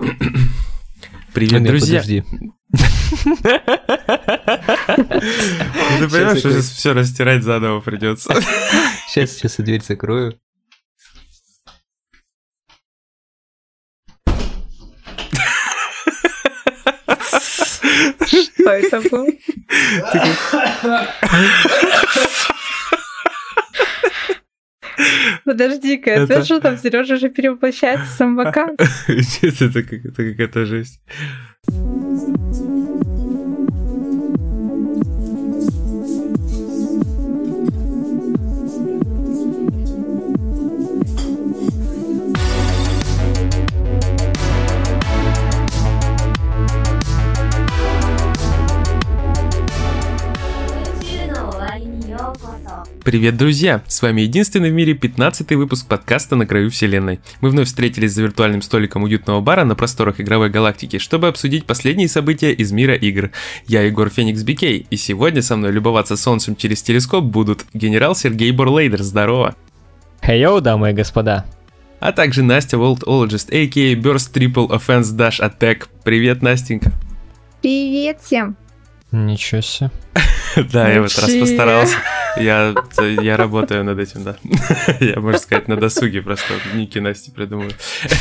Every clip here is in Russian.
Привет, друзья. Подожди. Ты понимаешь, что сейчас все растирать заново придется? Сейчас я дверь закрою. Что это было? Подожди-ка, опять что там, Сережа же перевоплощается в самбака? Это какая-то жесть. Привет, друзья! С вами единственный в мире 15-й выпуск подкаста «На краю вселенной». Мы вновь встретились за виртуальным столиком уютного бара на просторах игровой галактики, чтобы обсудить последние события из мира игр. Я Егор Феникс Бикей, и сегодня со мной любоваться солнцем через телескоп будут генерал Сергей Бурлейдер, здорово! Хей-йоу, дамы и господа! А также Настя Worldologist, a.k.a. Burst Triple Offense Dash Attack. Привет, Настенька! Привет всем! Ничего себе. Да, я в этот раз постарался. Я работаю над этим, да. Я, можно сказать, на досуге просто ники Насти придумаю.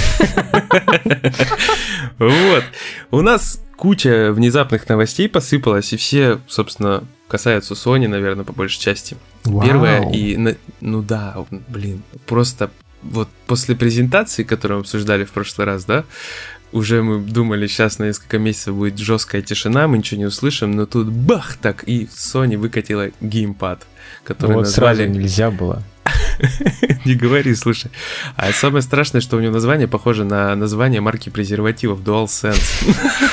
Вот. У нас куча внезапных новостей посыпалась, и все, собственно, касаются Sony, наверное, по большей части. Первое, просто вот после презентации, которую мы обсуждали в прошлый раз, да, уже мы думали, сейчас на несколько месяцев будет жесткая тишина, мы ничего не услышим, но тут бах так, и Sony выкатила геймпад, который вот назвали... сразу нельзя было. Не говори, слушай. А самое страшное, что у него название похоже на название марки презервативов DualSense.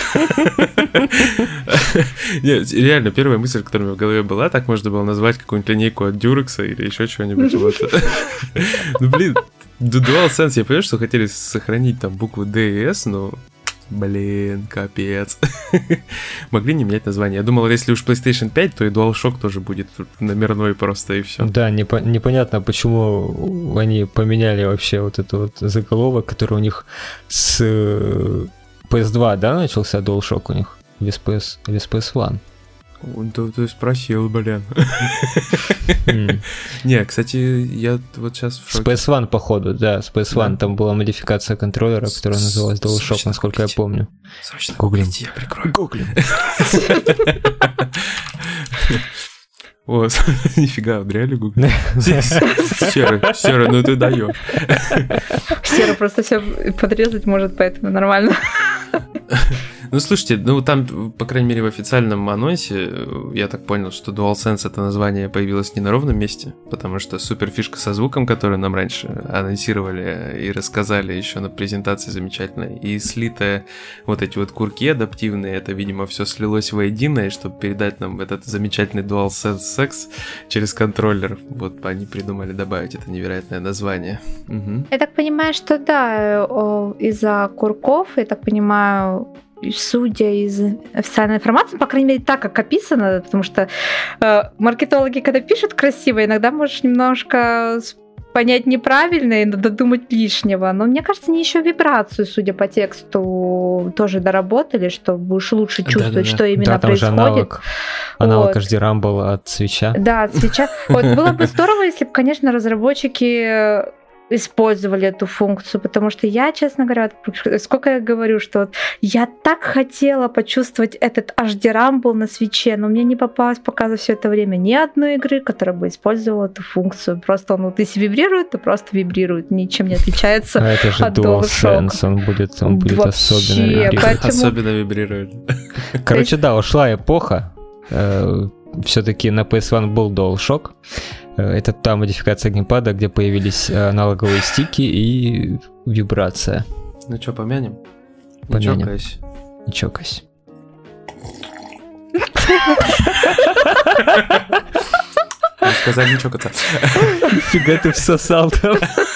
Нет, реально, первая мысль, которая у меня в голове была, так можно было назвать какую-нибудь линейку от Durex или еще чего-нибудь. Ну, блин, DualSense, я понимаю, что хотели сохранить там буквы D и S, но... Блин, капец. Могли не менять название. Я думал, если уж PlayStation 5, то и DualShock тоже будет номерной просто, и все. Да, непонятно, почему они поменяли вообще вот этот вот заголовок, который у них с PS2, да, начался DualShock у них? Или с PS1? Ты спросил, блин. Не, кстати, я вот сейчас в шоке. С PS1, походу, да, с PS1 там была модификация контроллера, которая называлась DualShock, насколько я помню. Срочно гуглите, я прикрою. Гуглим. О, нифига, реально гуглить. Сера, ну ты даешь. Сера просто все подрезать может, поэтому нормально. Ну, слушайте, ну там, по крайней мере, в официальном анонсе, я так понял, что DualSense это название появилось не на ровном месте, потому что супер фишка со звуком, которую нам раньше анонсировали и рассказали еще на презентации замечательной, и слитые вот эти вот курки адаптивные, это, видимо, все слилось воедино, и чтобы передать нам этот замечательный DualSense X через контроллер, вот они придумали добавить это невероятное название. Угу. Я так понимаю, что да, из-за курков, я так понимаю, судя из официальной информации, по крайней мере, так, как описано, потому что маркетологи, когда пишут красиво, иногда можешь немножко понять неправильно и додумать лишнего. Но мне кажется, они еще вибрацию, судя по тексту, тоже доработали, что будешь лучше чувствовать, что именно происходит. Аналог HD Rumble от Switch'а. Да, от Switch'а. Вот было бы здорово, если бы, конечно, разработчики использовали эту функцию, потому что я, честно говоря, сколько я говорю, что вот я так хотела почувствовать этот HD Rumble на свитче, но мне не попалось пока за все это время ни одной игры, которая бы использовала эту функцию. Просто он вот если вибрирует, то просто вибрирует, ничем не отличается это же от DualShock. Он будет особенно вибрировать. Поэтому... Особенно вибрирует. Короче, да, ушла эпоха. Все-таки на PS1 был DualShock. Это та модификация геймпада, где появились аналоговые стики и вибрация. Ну что, помянем? Помянем. Не чокайся. Сказали не чокаться. Фига ты всосал там.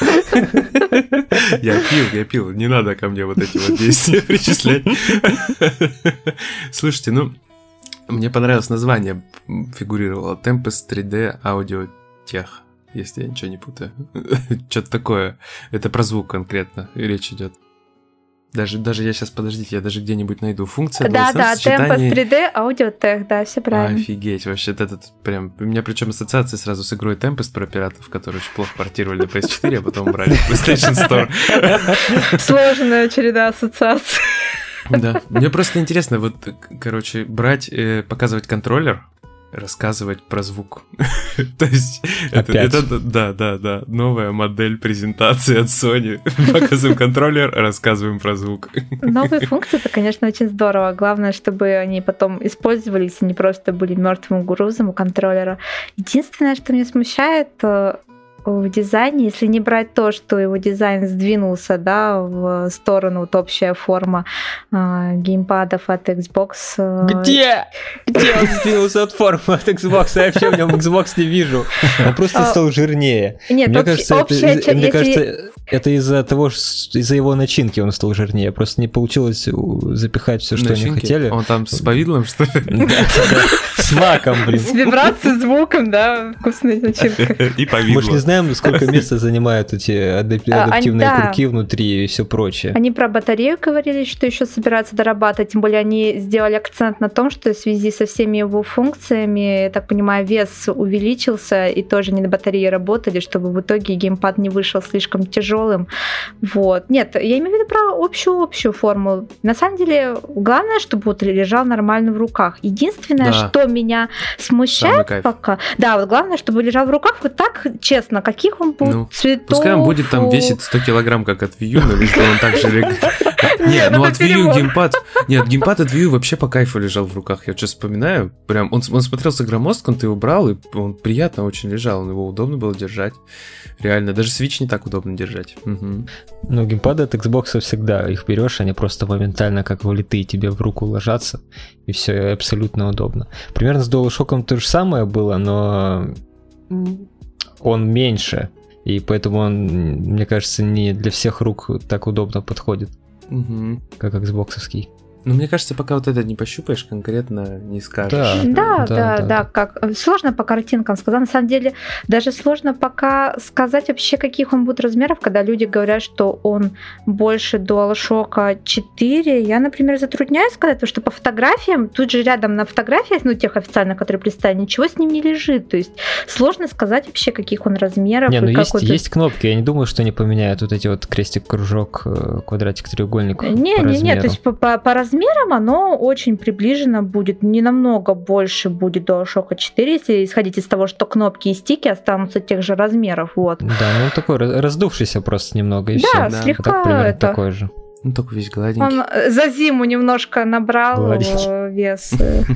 Я пил. Не надо ко мне вот эти вот действия причислять. Слушайте, ну, мне понравилось название, фигурировало Tempest 3D Audio Tech, если я ничего не путаю. Что-то такое. Это про звук конкретно речь идет. Даже я сейчас, подождите, я даже где-нибудь найду функцию Да, DualSense темпо сочетание. 3D, аудиотех, да, все правильно. Офигеть, вообще этот прям... У меня причем ассоциации сразу с игрой Tempest про пиратов, которые очень плохо портировали на PS4, а потом брали в PlayStation Store. Сложная череда ассоциаций. Да, мне просто интересно, вот, короче, брать, показывать контроллер, рассказывать про звук. То есть, это да, новая модель презентации от Sony. Показываем контроллер, рассказываем про звук. Новые функции, это, конечно, очень здорово. Главное, чтобы они потом использовались, и не просто были мертвым грузом у контроллера. Единственное, что меня смущает в дизайне, если не брать то, что его дизайн сдвинулся, да, в сторону, вот общая форма геймпадов от Xbox. Где он сдвинулся от формы от Xbox? Я вообще в нем Xbox не вижу. Он просто стал жирнее. Нет, мне кажется, это из-за того, что из-за его начинки он стал жирнее. Просто не получилось запихать все, что они хотели. Он там с повидлом, что ли? С маком, блин. С вибрацией, звуком, да, вкусной начинкой. И повидло. Мы же не знаем, сколько места занимают эти адаптивные круги внутри и все прочее. Они про батарею говорили, что еще собираются дорабатывать, тем более они сделали акцент на том, что в связи со всеми его функциями, я так понимаю, вес увеличился, и тоже не на батарее работали, чтобы в итоге геймпад не вышел слишком тяжелым. Вот. Нет, я имею в виду про общую форму. На самом деле, главное, чтобы вот лежал нормально в руках. Единственное, что меня смущает пока... Да, вот главное, чтобы лежал в руках вот так, честно, каких он будет цветов. Пускай он будет там весит 100 килограмм, как от Wii U, но лишь бы он так же лежит. Нет, ну от Wii U геймпад... Нет, геймпад от Wii U вообще по кайфу лежал в руках. Я сейчас вспоминаю. Прям он смотрелся громоздко, ты его брал, и он приятно очень лежал. Его удобно было держать. Реально, даже Switch не так удобно держать. Угу. Ну, геймпады от Xbox всегда их берешь, они просто моментально как влитые тебе в руку ложатся, и все абсолютно удобно. Примерно с DualShock'ом то же самое было, но он меньше, и поэтому он, мне кажется, не для всех рук так удобно подходит, как Xbox-овский. Ну, мне кажется, пока вот это не пощупаешь, конкретно не скажешь. Да, как сложно по картинкам сказать. На самом деле, даже сложно пока сказать вообще, каких он будет размеров, когда люди говорят, что он больше DualShock 4. Я, например, затрудняюсь сказать, потому что по фотографиям, тут же рядом на фотографиях, ну, тех официальных, которые представлены, ничего с ним не лежит. То есть сложно сказать вообще, каких он размеров. Не, ну есть кнопки. Я не думаю, что они поменяют вот эти вот крестик, кружок, квадратик, треугольник. Не, то есть по размерам оно очень приближено будет, не намного больше будет DualShock 4, если исходить из того, что кнопки и стики останутся тех же размеров, вот. Да, ну такой раздувшийся просто немного, и да, все. Да, слегка так, примерно такой же. Ну, только весь гладенький. Он за зиму немножко набрал вес.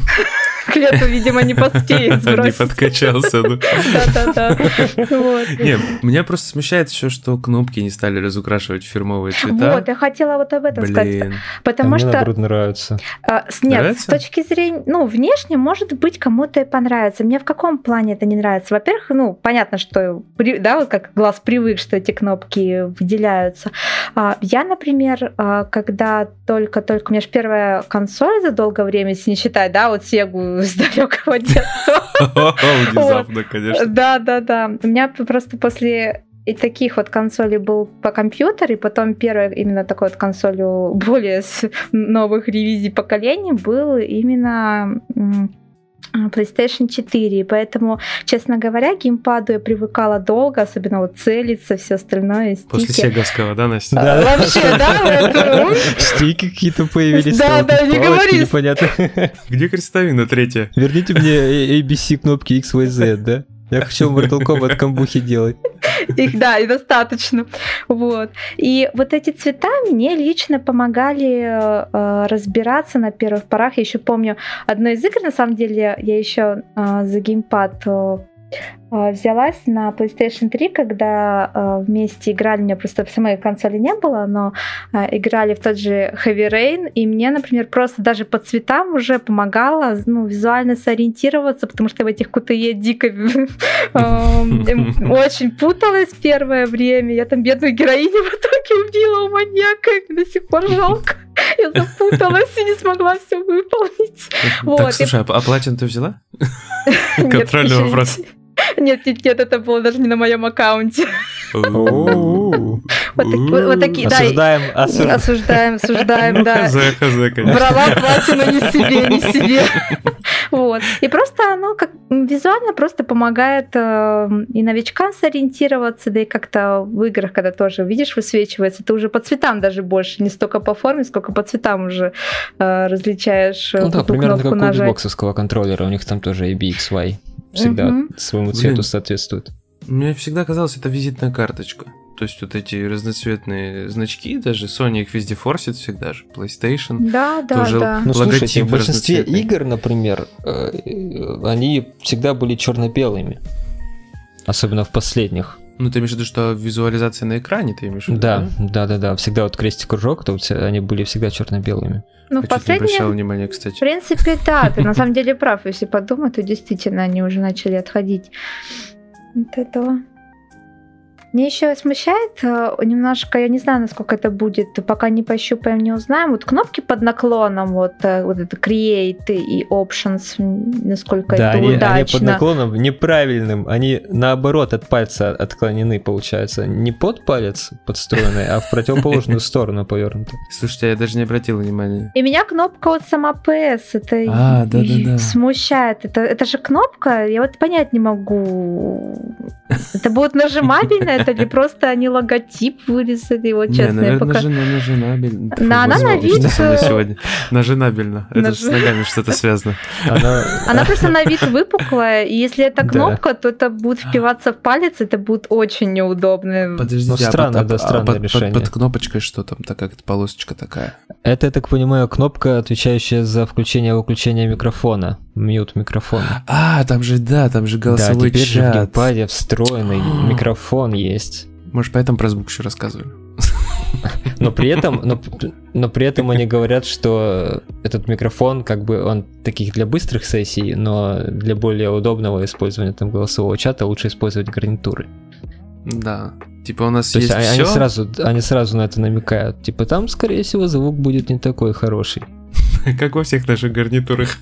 К лету, видимо, не поспеет сбросить. Не подкачался. Да. Не, меня просто смущает еще, что кнопки не стали разукрашивать фирмовые цвета. Вот, я хотела вот об этом сказать. Потому мне, что... наоборот, нравится. Нет, с точки зрения... Ну, внешне, может быть, кому-то и понравится. Мне в каком плане это не нравится? Во-первых, ну, понятно, что... Да, вот как глаз привык, что эти кнопки выделяются. Я, например, когда только у меня же первая консоль за долгое время, если не считать, да, вот Сегу с далекого детства. Внезапно, конечно. Да. У меня просто после таких вот консолей был по компьютеру, и потом первая именно такой вот консолью более с новых ревизий поколений был именно PlayStation 4, и поэтому, честно говоря, к геймпаду я привыкала долго, особенно вот целиться, все остальное, стики. После сеговского, да, Настя? Да. Вообще, да? Стики какие-то появились. Да, не говори. Непонятно. Где крестовина третья? Верните мне ABC кнопки XYZ, да? Я хочу Mortal Kombat камбухи делать. Их, да, и достаточно. Вот. И вот эти цвета мне лично помогали разбираться на первых порах. Я еще помню одну из игр, на самом деле, я еще за геймпад взялась на PlayStation 3, когда вместе играли, у меня просто самой консоли не было, но играли в тот же Heavy Rain, и мне, например, просто даже по цветам уже помогало, ну, визуально сориентироваться, потому что в этих QTE дико очень путалась первое время. Я там бедную героиню в итоге убила у маньяка, и до сих пор жалко. Я запуталась и не смогла все выполнить. Так, слушай, а платину ты взяла? Контрольный вопрос. Нет, это было даже не на моем аккаунте. Ну Вот такие, да. Осуждаем, да. Хз, конечно. Брала платье, но не себе. Вот. И просто оно как визуально просто помогает и новичкам сориентироваться, да и как-то в играх, когда тоже, видишь, высвечивается, ты уже по цветам даже больше, не столько по форме, сколько по цветам уже различаешь. Ну да, примерно как у Xbox-овского контроллера, у них там тоже AB, XY всегда своему цвету соответствует. Мне всегда казалось, это визитная карточка. То есть вот эти разноцветные значки, даже Sony их везде форсит всегда же, PlayStation. Да. Ну слушайте, в большинстве игр, например, они всегда были черно-белыми. Особенно в последних. Ну, ты имеешь в виду, что визуализация на экране, ты имеешь в виду? Да. Всегда вот крестик-кружок, то они были всегда черно-белыми. Ну, в последнем... не обращал внимания, кстати. В принципе, да, ты на самом деле прав. Если подумать, то действительно они уже начали отходить от этого. Мне еще смущает немножко, я не знаю, насколько это будет, пока не пощупаем, не узнаем. Вот кнопки под наклоном, вот это Create и Options, насколько это удачно. Да, они под наклоном неправильным, они наоборот от пальца отклонены, получается. Не под палец подстроенный, а в противоположную сторону повернуты. Слушайте, я даже не обратил внимания. И меня кнопка вот сама PS, это смущает. Это же кнопка, я вот понять не могу. Это будет нажимабельно, это ли просто они логотип вырезали, вот честно. Наверное, нажимабельно. Она на вид... сегодня? Нажимабельно. Это с ногами что-то связано. Она просто на вид выпуклая, и если это кнопка, то это будет впиваться в палец, это будет очень неудобно. Подождите, странное решение. Под кнопочкой что там, какая-то полосочка такая? Это, я так понимаю, кнопка, отвечающая за включение-выключение микрофона. Мьют микрофона. Там же голосовой чат. Да, теперь же в геймпаде встроенный микрофон есть. Может, поэтому про звук еще рассказывали? Но при этом они говорят, что этот микрофон, как бы он таких для быстрых сессий, но для более удобного использования там голосового чата лучше использовать гарнитуры. Да. Типа у нас то есть все. Они сразу на это намекают. Типа там, скорее всего, звук будет не такой хороший. Как во всех наших гарнитурах.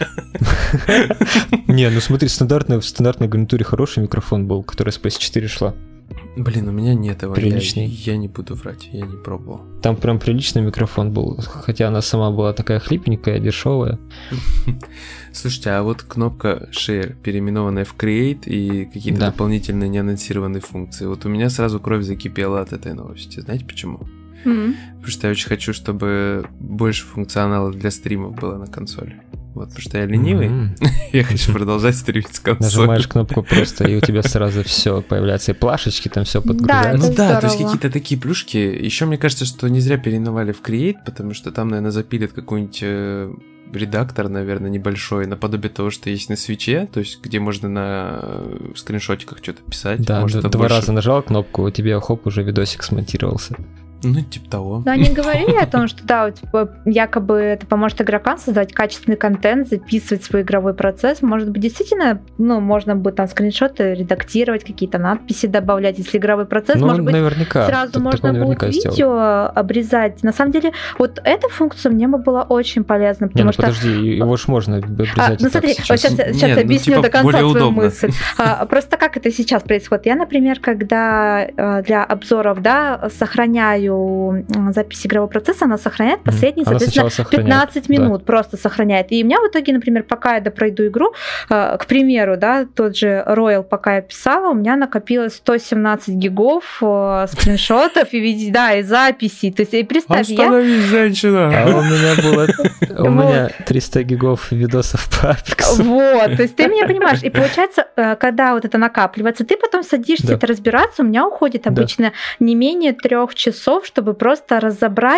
Не, ну смотри, в стандартной гарнитуре хороший микрофон был, который с PS4 шла. Блин, у меня нет его. Приличный. Я не буду врать, я не пробовал. Там прям приличный микрофон был, хотя она сама была такая хлипенькая, дешевая. Слушайте, а вот кнопка Share, переименованная в Create, и какие-то дополнительные неанонсированные функции. Вот у меня сразу кровь закипела от этой новости. Знаете почему? Потому что я очень хочу, чтобы больше функционала для стримов было на консоли. Вот, потому что я ленивый, я хочу продолжать стримить с консоли. Нажимаешь кнопку просто, и у тебя сразу все появляется, и плашечки, там все подгружается. Ну да, то есть какие-то такие плюшки. Еще мне кажется, что не зря переименовали в Create, потому что там, наверное, запилят какой-нибудь редактор, наверное, небольшой, наподобие того, что есть на Свитче, то есть где можно на скриншотиках что-то писать. Да, может, два раза нажал кнопку, у тебя хоп, уже видосик смонтировался. Ну, типа того. Но они говорили о том, что да, якобы это поможет игрокам создавать качественный контент, записывать свой игровой процесс. Может быть, действительно, можно будет там скриншоты редактировать, какие-то надписи добавлять, если игровой процесс, может быть, наверняка. Сразу можно будет видео обрезать. На самом деле, вот эта функция мне бы была очень полезна, потому что... подожди, его ж можно обрезать. Ну смотри, сейчас объясню до конца свою мысль. Просто как это сейчас происходит? Я, например, когда для обзоров, сохраняю запись игрового процесса, она сохраняет последние, соответственно, 15 минут просто сохраняет. И у меня в итоге, например, пока я допройду игру, к примеру, тот же Royal, пока я писала, у меня накопилось 117 гигов скриншотов и записей. То есть, представь, остановись, женщина! А у меня было... У меня 300 гигов видосов по Apex. Вот, то есть ты меня понимаешь. И получается, когда вот это накапливается, ты потом садишься это разбираться, у меня уходит обычно не менее 3 часов, чтобы просто разобрать.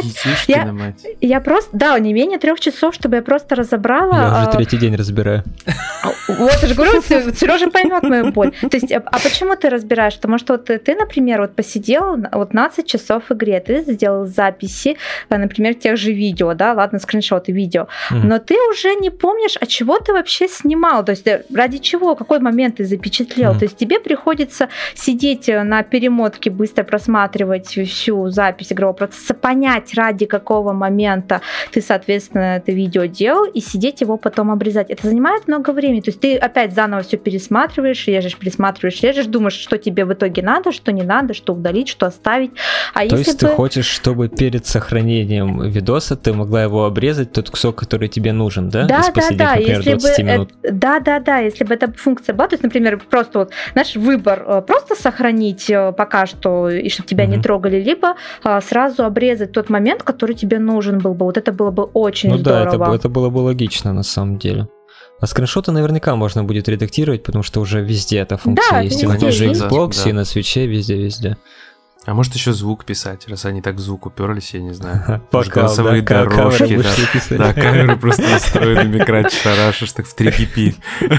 Я просто, не менее 3 часов, чтобы я просто разобрала. Я уже третий день разбираю. Вот, я же говорю, Сережа поймет мою боль. То есть, а почему ты разбираешь? Потому что ты, например, посидел 15 часов в игре, ты сделал записи, например, тех же видео, ладно, скриншоты видео, но ты уже не помнишь, а чего ты вообще снимал, то есть ради чего, какой момент ты запечатлел. То есть тебе приходится сидеть на перемотке, быстро просматривать всю запись запись игрового процесса, понять, ради какого момента ты, соответственно, это видео делал, и сидеть его потом обрезать. Это занимает много времени. То есть ты опять заново все пересматриваешь, режешь, думаешь, что тебе в итоге надо, что не надо, что удалить, что оставить. То есть ты хочешь, чтобы перед сохранением видоса ты могла его обрезать, тот кусок, который тебе нужен, да? Да. Например, 20 минут. Да, если бы эта функция была, то есть, например, просто вот, знаешь, выбор просто сохранить пока что, и чтобы тебя не трогали, либо сразу обрезать тот момент, который тебе нужен был бы. Вот это было бы очень здорово. Да, это было бы логично на самом деле. А скриншоты наверняка можно будет редактировать, потому что уже везде эта функция есть. И на том же Xbox, и на Switch, везде. А может еще звук писать, раз они так к звуку уперлись, я не знаю. Пока, голосовые дорожки, да, камеры просто настроены, экран шарашишь, так в 3GP.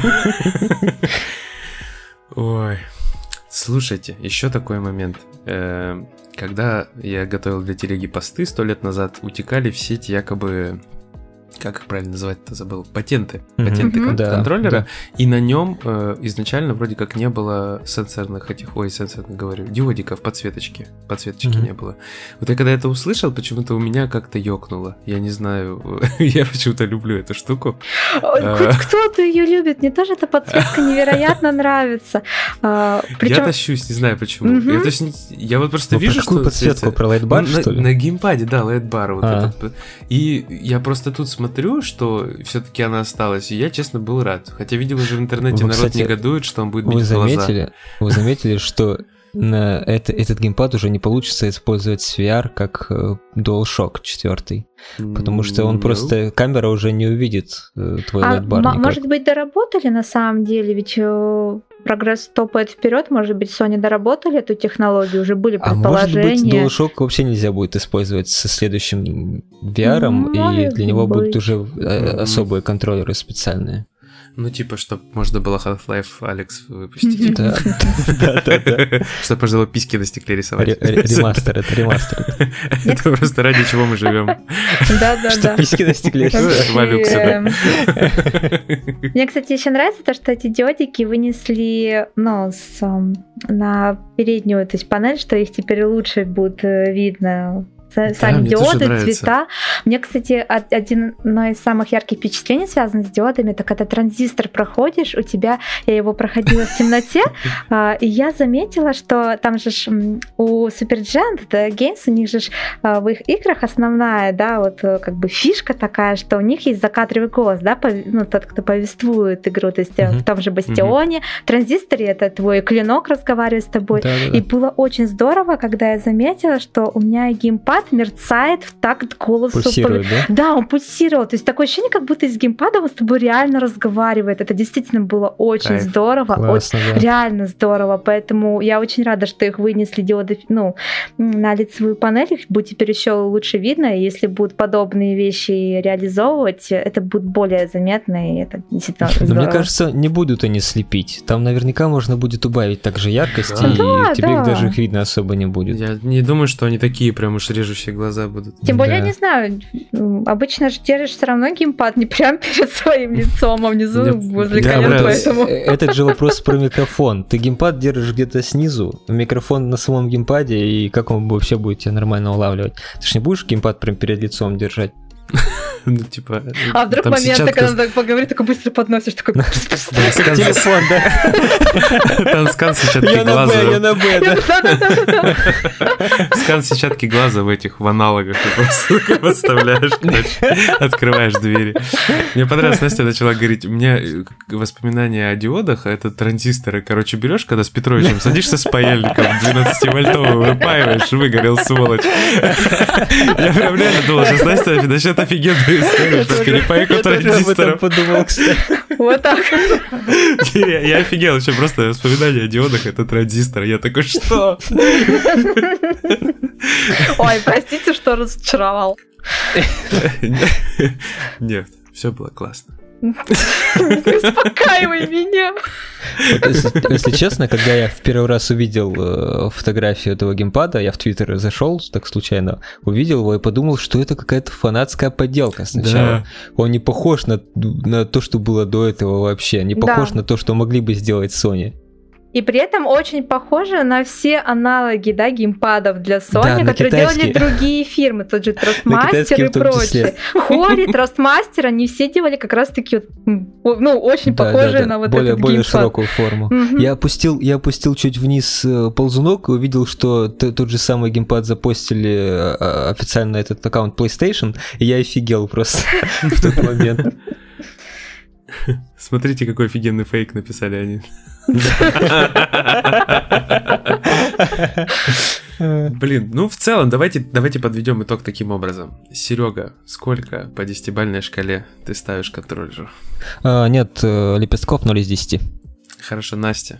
Ой. Слушайте, еще такой момент. Когда я готовил для телеги посты 100 лет назад, утекали в сеть якобы... Как их правильно называть-то, забыл? Патенты контроллера. Да. И на нем изначально вроде как не было диодиков, подсветочки не было. Вот я когда это услышал, почему-то у меня как-то ёкнуло. Я не знаю, я почему-то люблю эту штуку. Хоть кто-то ее любит, мне тоже эта подсветка невероятно нравится. Я тащусь, не знаю почему. Я вот просто вижу, что... Какую подсветку, про лайтбар, что ли? На геймпаде, да, лайтбар вот этот. И я просто тут смотрю, что все-таки она осталась, и я, честно, был рад. Хотя видел уже в интернете, народ негодует, что он будет бить в глаза. Вы заметили, что на этот геймпад уже не получится использовать с VR как DualShock 4, потому что он просто, камера уже не увидит твой лайтбар никак. Может быть, доработали на самом деле, ведь прогресс топает вперед, может быть, Sony доработали эту технологию, уже были предположения. А может быть, DualShock вообще нельзя будет использовать со следующим VR, и для него будут уже особые контроллеры специальные. Ну, типа, чтобы можно было Half-Life Алекс выпустить. Да. Чтобы можно было письки на стекле рисовать. Ремастер. Это просто ради чего мы живем. Да. Что письки на стекле рисовать. Мне, кстати, еще нравится то, что эти диодики вынесли на переднюю, то есть панель, что их теперь лучше будет видно. Сами диоды, цвета. Мне, кстати, одно из самых ярких впечатлений, связанных с диодами, это когда транзистор проходишь, я его проходила в темноте, и я заметила, что там же у Supergiant Games, у них же в их играх основная, да, вот как бы фишка такая, что у них есть закадровый голос, да, тот, кто повествует игру, то есть в том же Бастионе, в транзисторе это твой клинок разговаривает с тобой, и было очень здорово, когда я заметила, что у меня геймпад мерцает в такт голосу. Пульсирует, да? Да, он пульсировал. То есть такое ощущение, как будто из геймпада он с тобой реально разговаривает. Это действительно было очень здорово. Классно, да. Реально здорово. Поэтому я очень рада, что их вынесли диоды на лицевую панель. Их будет теперь еще лучше видно. И если будут подобные вещи реализовывать, это будет более заметно. И это действительно здорово. Мне кажется, не будут они слепить. Там наверняка можно будет убавить также яркости, и тебе даже их видно особо не будет. Я не думаю, что они такие прям уж режущие глаза будут. Тем более, я не знаю, обычно же держишь все равно геймпад не прям перед своим лицом, а внизу возле колен, поэтому... Этот же вопрос про микрофон. Ты геймпад держишь где-то снизу, микрофон на самом геймпаде, и как он вообще будет тебя нормально улавливать? Ты же не будешь геймпад прям перед лицом держать? Ну, типа... А вдруг момент, когда он так поговорит, такой быстро подносишь, такой... Телефон, да? Там скан сетчатки глаза. Я на Б, да? Скан сетчатки глаза в аналогах. Ты просто подставляешь, открываешь двери. Мне понравилось, Настя начала говорить, у меня воспоминания о диодах, а это транзисторы. Короче, берешь, когда с Петровичем садишься с паяльником 12-вольтовым, выпаиваешь, выгорел, сволочь. Я прям реально думал, что Настя начнет офигенную историю про перепайку транзисторов. Подумал, кстати. Вот так. Я офигел, вообще просто воспоминания о диодах — это транзистор. Я такой, что? Ой, простите, что разочаровал. Нет, все было классно. Успокаивай меня. Если честно, когда я в первый раз увидел фотографию этого геймпада, я в Твиттер зашел, так случайно увидел его и подумал, что это какая-то фанатская подделка сначала. Да. Он не похож на то, что было до этого вообще, не похож на то, что могли бы сделать Sony. И при этом очень похоже на все аналоги, да, геймпадов для Sony, Да, которые делали другие фирмы, тот же Trustmaster и прочее. Hori, Trustmaster, они все делали как раз-таки ну, очень похожие на вот этот геймпад. Более широкую форму. Я опустил чуть вниз ползунок и увидел, что тот же самый геймпад запостили официально на этот аккаунт PlayStation, и я офигел просто в тот момент. Смотрите, какой офигенный фейк написали они. Блин, ну в целом давайте подведем итог таким образом. Серега, сколько по 10-бальной шкале ты ставишь контроллеру? Нет, лепестков 0 из 10. Хорошо, Настя.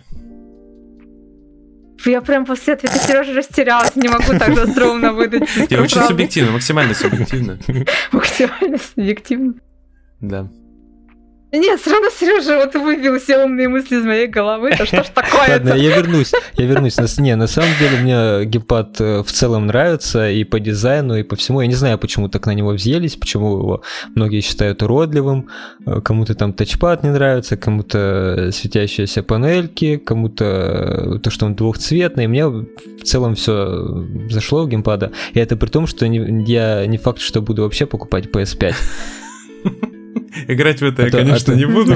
Я прям после ответа Сережи растерялась, не могу так остроумно выдать. Я очень субъективно, максимально субъективно. Максимально субъективно. Да. Нет, все равно Сережа вот выбил все умные мысли из моей головы. Да что ж такое? Ладно, я вернусь. На самом деле мне геймпад в целом нравится и по дизайну, и по всему. Я не знаю, почему так на него взъелись, почему его многие считают уродливым, кому-то там тачпад не нравится, кому-то светящиеся панельки, кому-то то, что он двухцветный. Мне в целом все зашло в геймпада. И это при том, что я не факт, что буду вообще покупать PS5. Играть в это я, конечно, не буду.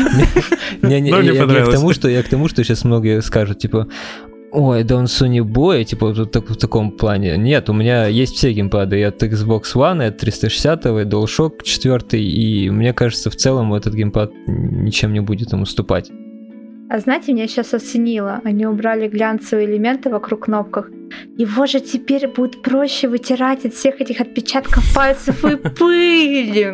Я к тому, что сейчас многие скажут, типа, ой, да он Sony Boy, типа, в таком плане. Нет, у меня есть все геймпады, и от Xbox One, и от 360, и DualShock 4, и мне кажется, в целом этот геймпад ничем не будет им уступать. А знаете, меня сейчас осенило. Они убрали глянцевые элементы вокруг кнопок. Его же теперь будет проще вытирать от всех этих отпечатков пальцев и пыли.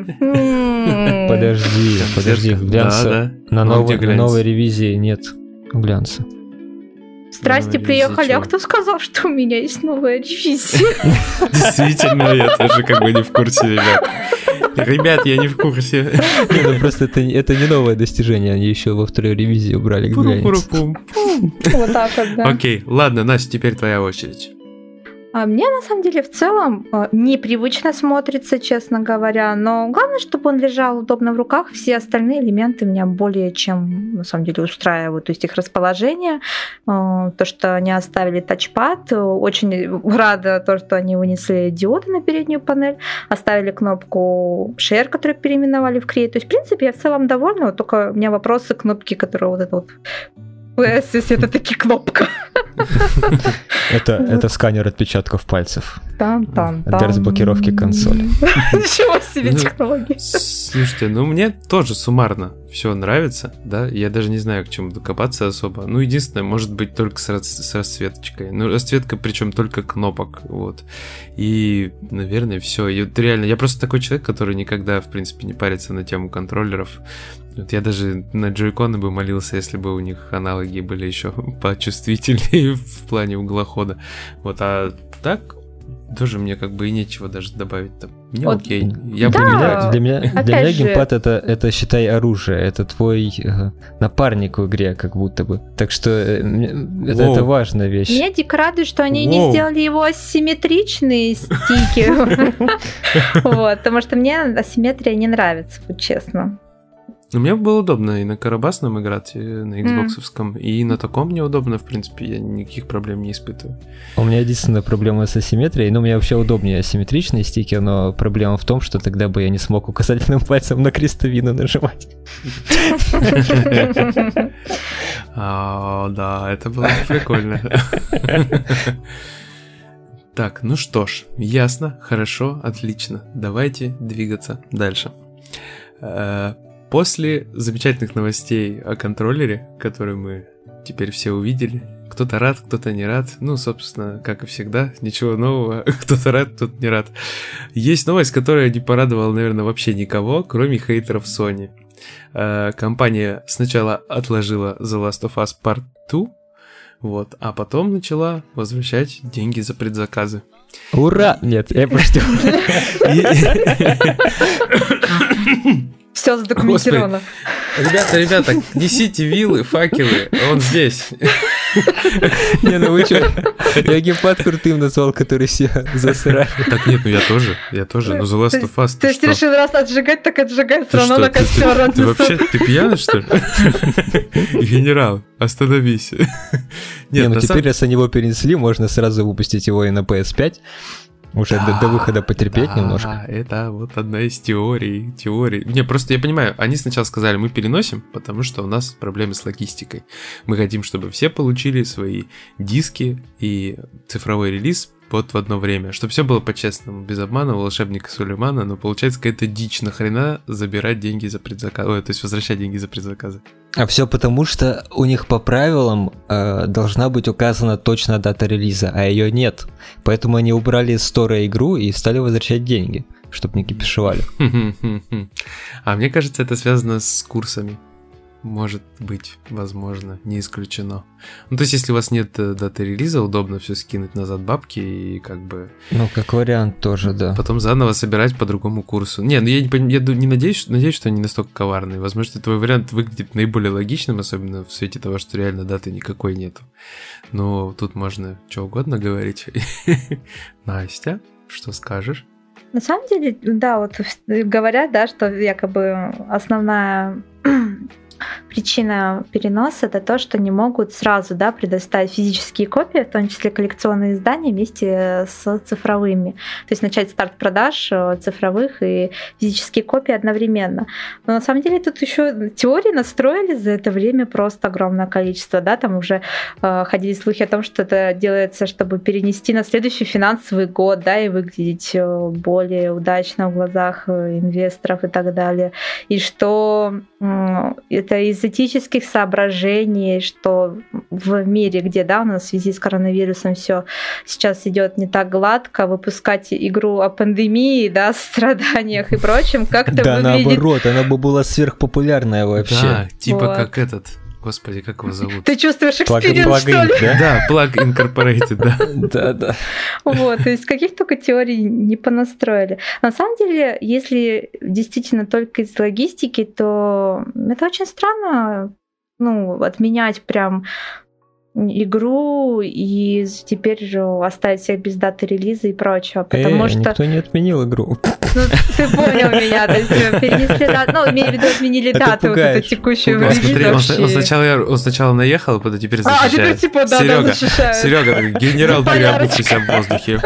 Подожди, глянца. На новой ревизии нет глянца. Здрасте, приехали. А кто сказал, что у меня есть новая ревизия? Действительно, я тоже как бы не в курсе, ребят. Ребят, я не в курсе. Не, ну просто это не новое достижение, они еще во второй ревизии убрали глянец. Вот так вот, да. Окей, ладно, Настя, теперь твоя очередь. Мне, на самом деле, в целом непривычно смотрится, честно говоря, но главное, чтобы он лежал удобно в руках. Все остальные элементы меня более чем, на самом деле, устраивают. То есть их расположение, то, что они оставили тачпад. Очень рада то, что они вынесли диоды на переднюю панель, оставили кнопку Share, которую переименовали в Create. То есть, в принципе, я в целом довольна, вот только у меня вопросы к кнопке, которая вот эта вот... Если это таки кнопка. Это сканер отпечатков пальцев. Там. Для разблокировки консоли. Ничего себе технологии. Слушайте, мне тоже суммарно все нравится, да, я даже не знаю, к чему докопаться особо. Ну, единственное, может быть, только с расцветочкой. Ну, расцветка, причем только кнопок, вот. И, наверное, все. И вот реально, я просто такой человек, который никогда, в принципе, не парится на тему контроллеров. Вот я даже на джойконы бы молился, если бы у них аналоги были еще почувствительнее в плане углохода. Вот, а так тоже мне как бы и нечего даже добавить-то. Мне вот, окей. Я да, бы не для меня геймпад это, считай, оружие. Это твой напарник в игре, как будто бы. Так что это важная вещь. Меня дико радует, что они не сделали его асимметричные стики. Потому что мне асимметрия не нравится, вот честно. Ну, мне было удобно и на карабасном играть, и на Xbox-овском, и на таком мне удобно, в принципе, я никаких проблем не испытываю. У меня единственная проблема с асимметрией, ну, мне вообще удобнее асимметричные стики, но проблема в том, что тогда бы я не смог указательным пальцем на крестовину нажимать. Да, это было прикольно. Так, ну что ж, ясно, хорошо, отлично. Давайте двигаться дальше. После замечательных новостей о контроллере, которые мы теперь все увидели, кто-то рад, кто-то не рад, ну, собственно, как и всегда, ничего нового, кто-то рад, кто-то не рад. Есть новость, которая не порадовала, наверное, вообще никого, кроме хейтеров Sony. Компания сначала отложила The Last of Us Part 2, вот, а потом начала возвращать деньги за предзаказы. Ура! Нет, я пошутил. Все задокументировано. Ребята, несите вилы, факелы, он здесь. Не, ну вы что? Я геймпад крутым назвал, который все засрали. Так нет, ну я тоже. Ну The Last of Us. То есть решил раз отжигать, так отжигать, все равно на костер. Ты вообще, ты пьяный, что ли? Генерал, остановись. Не, ну теперь, раз они его перенесли, можно сразу выпустить его и на PS5. Уже до выхода потерпеть немножко. Это вот одна из теорий. Не, просто я понимаю, они сначала сказали, мы переносим, потому что у нас проблемы с логистикой. Мы хотим, чтобы все получили свои диски и цифровой релиз в одно время, чтобы все было по-честному, без обмана, волшебника Сулеймана, но получается какая-то дичь, нахрена забирать деньги за предзаказ, то есть возвращать деньги за предзаказы. А все потому, что у них по правилам должна быть указана точно дата релиза, а ее нет. Поэтому они убрали из стора игру и стали возвращать деньги, чтобы не кипишевали. А мне кажется, это связано с курсами. Может быть, возможно, не исключено. Ну, то есть, если у вас нет даты релиза, удобно все скинуть назад бабки и как бы... Ну, как вариант тоже, да. Потом заново собирать по другому курсу. Не, ну я не надеюсь, что они настолько коварные. Возможно, твой вариант выглядит наиболее логичным, особенно в свете того, что реально даты никакой нету. Но тут можно что угодно говорить. Настя, что скажешь? На самом деле, да, вот говорят, да, что якобы основная причина переноса — это то, что не могут сразу, да, предоставить физические копии, в том числе коллекционные издания, вместе с цифровыми. То есть начать старт продаж цифровых и физические копии одновременно. Но на самом деле тут еще теории настроили за это время просто огромное количество. Да? Там уже ходили слухи о том, что это делается, чтобы перенести на следующий финансовый год, да, и выглядеть более удачно в глазах инвесторов и так далее. И что это из этических соображений, что в мире, где, да, у нас в связи с коронавирусом все сейчас идет не так гладко, выпускать игру о пандемии, да, страданиях и прочем, как-то да, выглядит... наоборот, она бы была сверхпопулярная вообще. Да, типа вот. Как этот... Господи, как его зовут? Ты чувствуешь экспириенс, что ли? Да, Plug Incorporated, да. Да. Вот, то есть каких только теорий не понастроили. На самом деле, если действительно только из логистики, то это очень странно, отменять прям игру и теперь же оставить всех без даты релиза и прочего, потому что... никто не отменил игру. Ну, ты понял меня, то есть перенесли дату, имею в виду, отменили дату вот эту текущую релиза. Он сначала наехал, потом теперь защищает. А теперь типа, да, защищает. Серега, генерал переобувшийся в воздухе.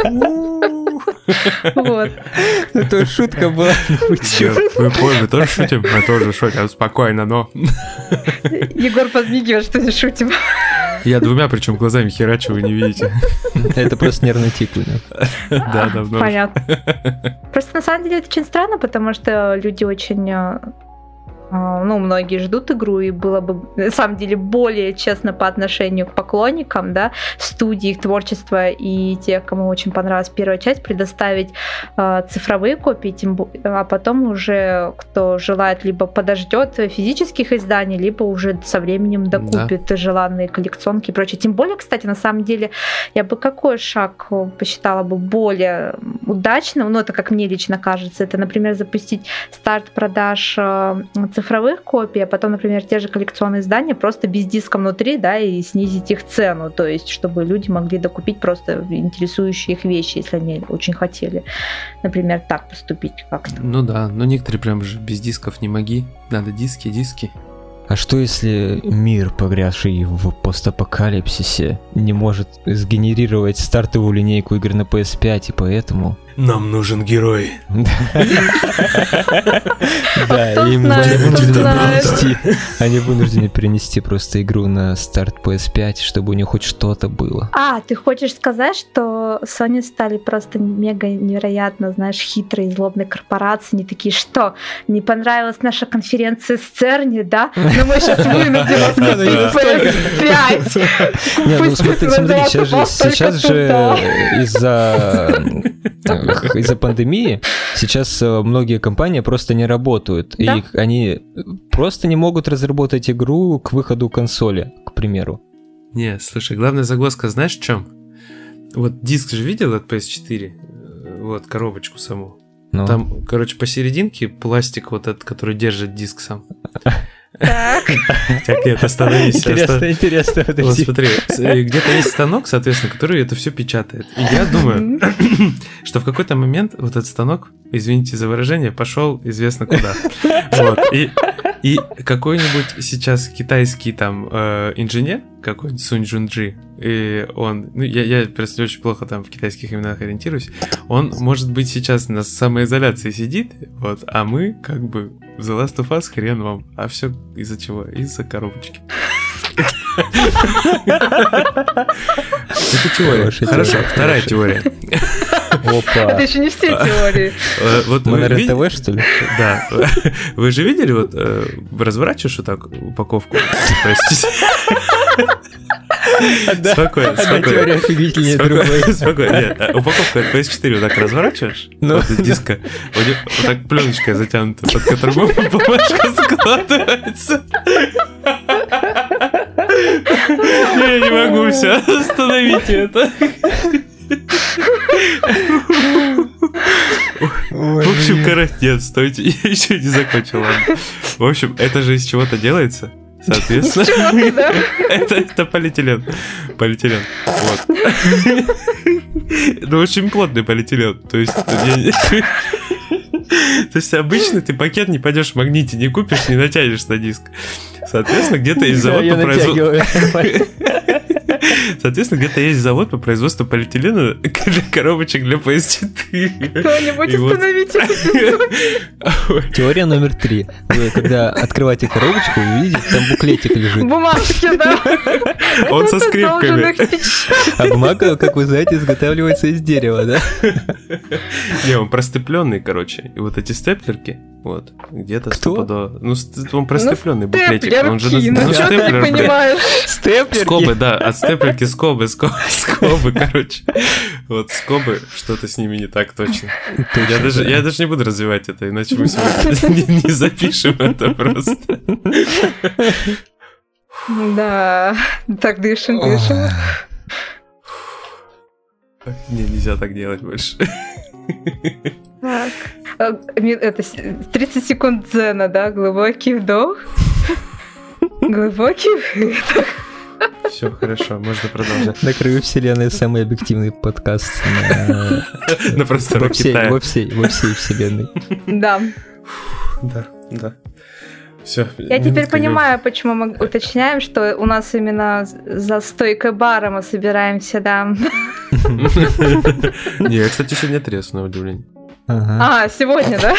Вот. Это шутка была. Вы тоже шутим? Мы тоже шутим, спокойно, но... Егор подмигивает, что не шутим. Я двумя, причем глазами херачу, вы не видите. Это просто нервный тик. Да, давно. Понятно. Просто на самом деле это очень странно, потому что люди очень... многие ждут игру, и было бы, на самом деле, более честно по отношению к поклонникам, да, студии, их творчества и тех, кому очень понравилась первая часть, предоставить цифровые копии, а потом уже, кто желает, либо подождет физических изданий, либо уже со временем докупит желанные коллекционки и прочее. Тем более, кстати, на самом деле, я бы какой шаг посчитала бы более удачным, это как мне лично кажется, это, например, запустить старт продаж цифровых копий, а потом, например, те же коллекционные издания просто без диска внутри, да, и снизить их цену, то есть, чтобы люди могли докупить просто интересующие их вещи, если они очень хотели, например, так поступить как-то. Ну да, но некоторые прям же без дисков не могли, надо диски. А что если мир, погрязший в постапокалипсисе, не может сгенерировать стартовую линейку игр на PS5, и поэтому... Нам нужен герой. Да, им они вынуждены перенести просто игру на старт PS5, чтобы у них хоть что-то было. Ты хочешь сказать, что Sony стали просто мега невероятно, знаешь, хитрой и злобной корпорацией, не такие, что не понравилась наша конференция с Церни, да? Но мы сейчас вынудим вас купить PS5. Не, ну смотри, сейчас же из-за пандемии сейчас многие компании просто не работают, да? И они просто не могут разработать игру к выходу консоли, к примеру. Не, слушай, главная загвоздка знаешь в чем? Вот диск же видел от PS4? Вот коробочку саму. Ну. Там, короче, посерединке пластик вот этот, который держит диск сам. Так. Так, нет, остановись. Интересно. Вот смотри, где-то есть станок, соответственно, который это все печатает. И я думаю, что в какой-то момент вот этот станок, извините за выражение, пошел известно куда. Вот. И какой-нибудь сейчас китайский там инженер, какой-нибудь Сунь Джунджи, и он, ну я просто очень плохо там в китайских именах ориентируюсь, он, может быть, сейчас на самоизоляции сидит, вот, а мы как бы в The Last of Us хрен вам. А все из-за чего? Из-за коробочки. Это теория. Хорошо, вторая теория. Опа. Это еще не все теории. Мы на РЕН-ТВ, что ли? Да. Вы же видели, вот разворачиваешь вот так упаковку? Простите. Спокойно. Теория офигительнее другой. Спокойно. Нет, упаковку от PS4 вот так разворачиваешь, вот диска, вот так пленочкой затянута, под которой бумажка складывается. Я не могу, все, остановите это. В общем, короче, нет, стойте, я еще не закончил, ладно. В общем, это же из чего-то делается, соответственно. Это полиэтилен. Полиэтилен, вот. Ну, очень плотный полиэтилен, то есть обычно ты пакет не пойдешь в Магните, не купишь, не натянешь на диск. Соответственно, где-то есть завод по производству... Соответственно, где-то есть завод по производству полиэтилена для коробочек для PS4. Кто-нибудь остановите это. Теория номер 3. Вы когда открываете коробочку, вы видите, там буклетик лежит. Бумажки, да. Он со скрепками. А бумага, как вы знаете, изготавливается из дерева, да? Не, он простепленный, короче. И вот эти степлерки, вот, где-то стопудово. Ну, он простепленный буклетик. Он же степлер, не понимаешь. Степлерки? Скобы, да, от степлерки скобы, короче. Вот скобы, что-то с ними не так точно. Я даже не буду развивать это, иначе мы сегодня не запишем это просто. Да, так дышим. Не, нельзя так делать больше. Так. Это 30 секунд дзена, да? Глубокий вдох. Глубокий выдох. Все, хорошо, можно продолжать. На краю вселенной самый объективный подкаст на просторах Китая. Во всей вселенной. Да. Да. Все. Я теперь понимаю, почему мы уточняем, что у нас именно за стойкой бара мы собираемся, да. Не, я, кстати, сегодня тресну, на удивление. А, сегодня, да?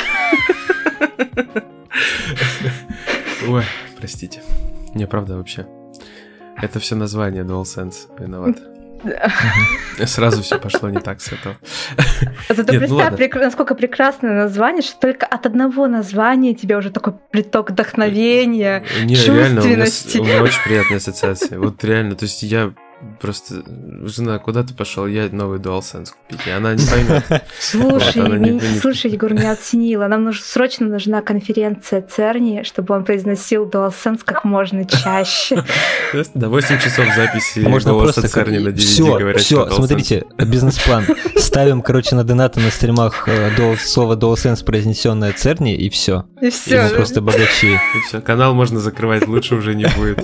Ой, простите. Не, правда, вообще. Это все название DualSense виноват. Сразу все пошло не так с этого. Зато представь, насколько прекрасное название, что только от одного названия тебе уже такой приток вдохновения, чувственности. У меня очень приятная ассоциация. Вот реально, то есть я просто... Жена, куда ты пошел? Я новый DualSense купить. И она не поймет. Слушай, Егор, меня оценила. Нам срочно нужна конференция Церни, чтобы он произносил DualSense как можно чаще. На 8 часов записи можно голоса Церни на DVD говорят, все, смотрите, бизнес-план. Ставим, короче, на донаты на стримах слово DualSense, произнесенное Церни, и все. И все. Мы просто богачи. И все, канал можно закрывать, лучше уже не будет.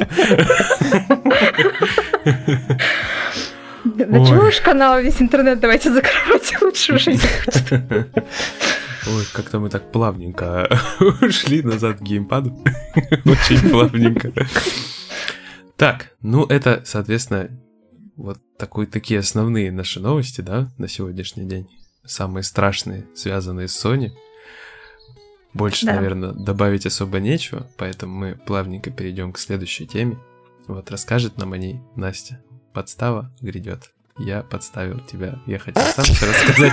Да чего уж канал, весь интернет давайте закрывать, лучше уже не будет. Ой, как-то мы так плавненько ушли назад к геймпаду. Очень плавненько. Так, ну это, соответственно, вот такие основные наши новости, да, на сегодняшний день. Самые страшные, связанные с Sony. Больше, наверное, добавить особо нечего, поэтому мы плавненько перейдем к следующей теме. Вот расскажет нам о ней Настя. Подстава грядет. Я подставил тебя. Я хотел сам все рассказать.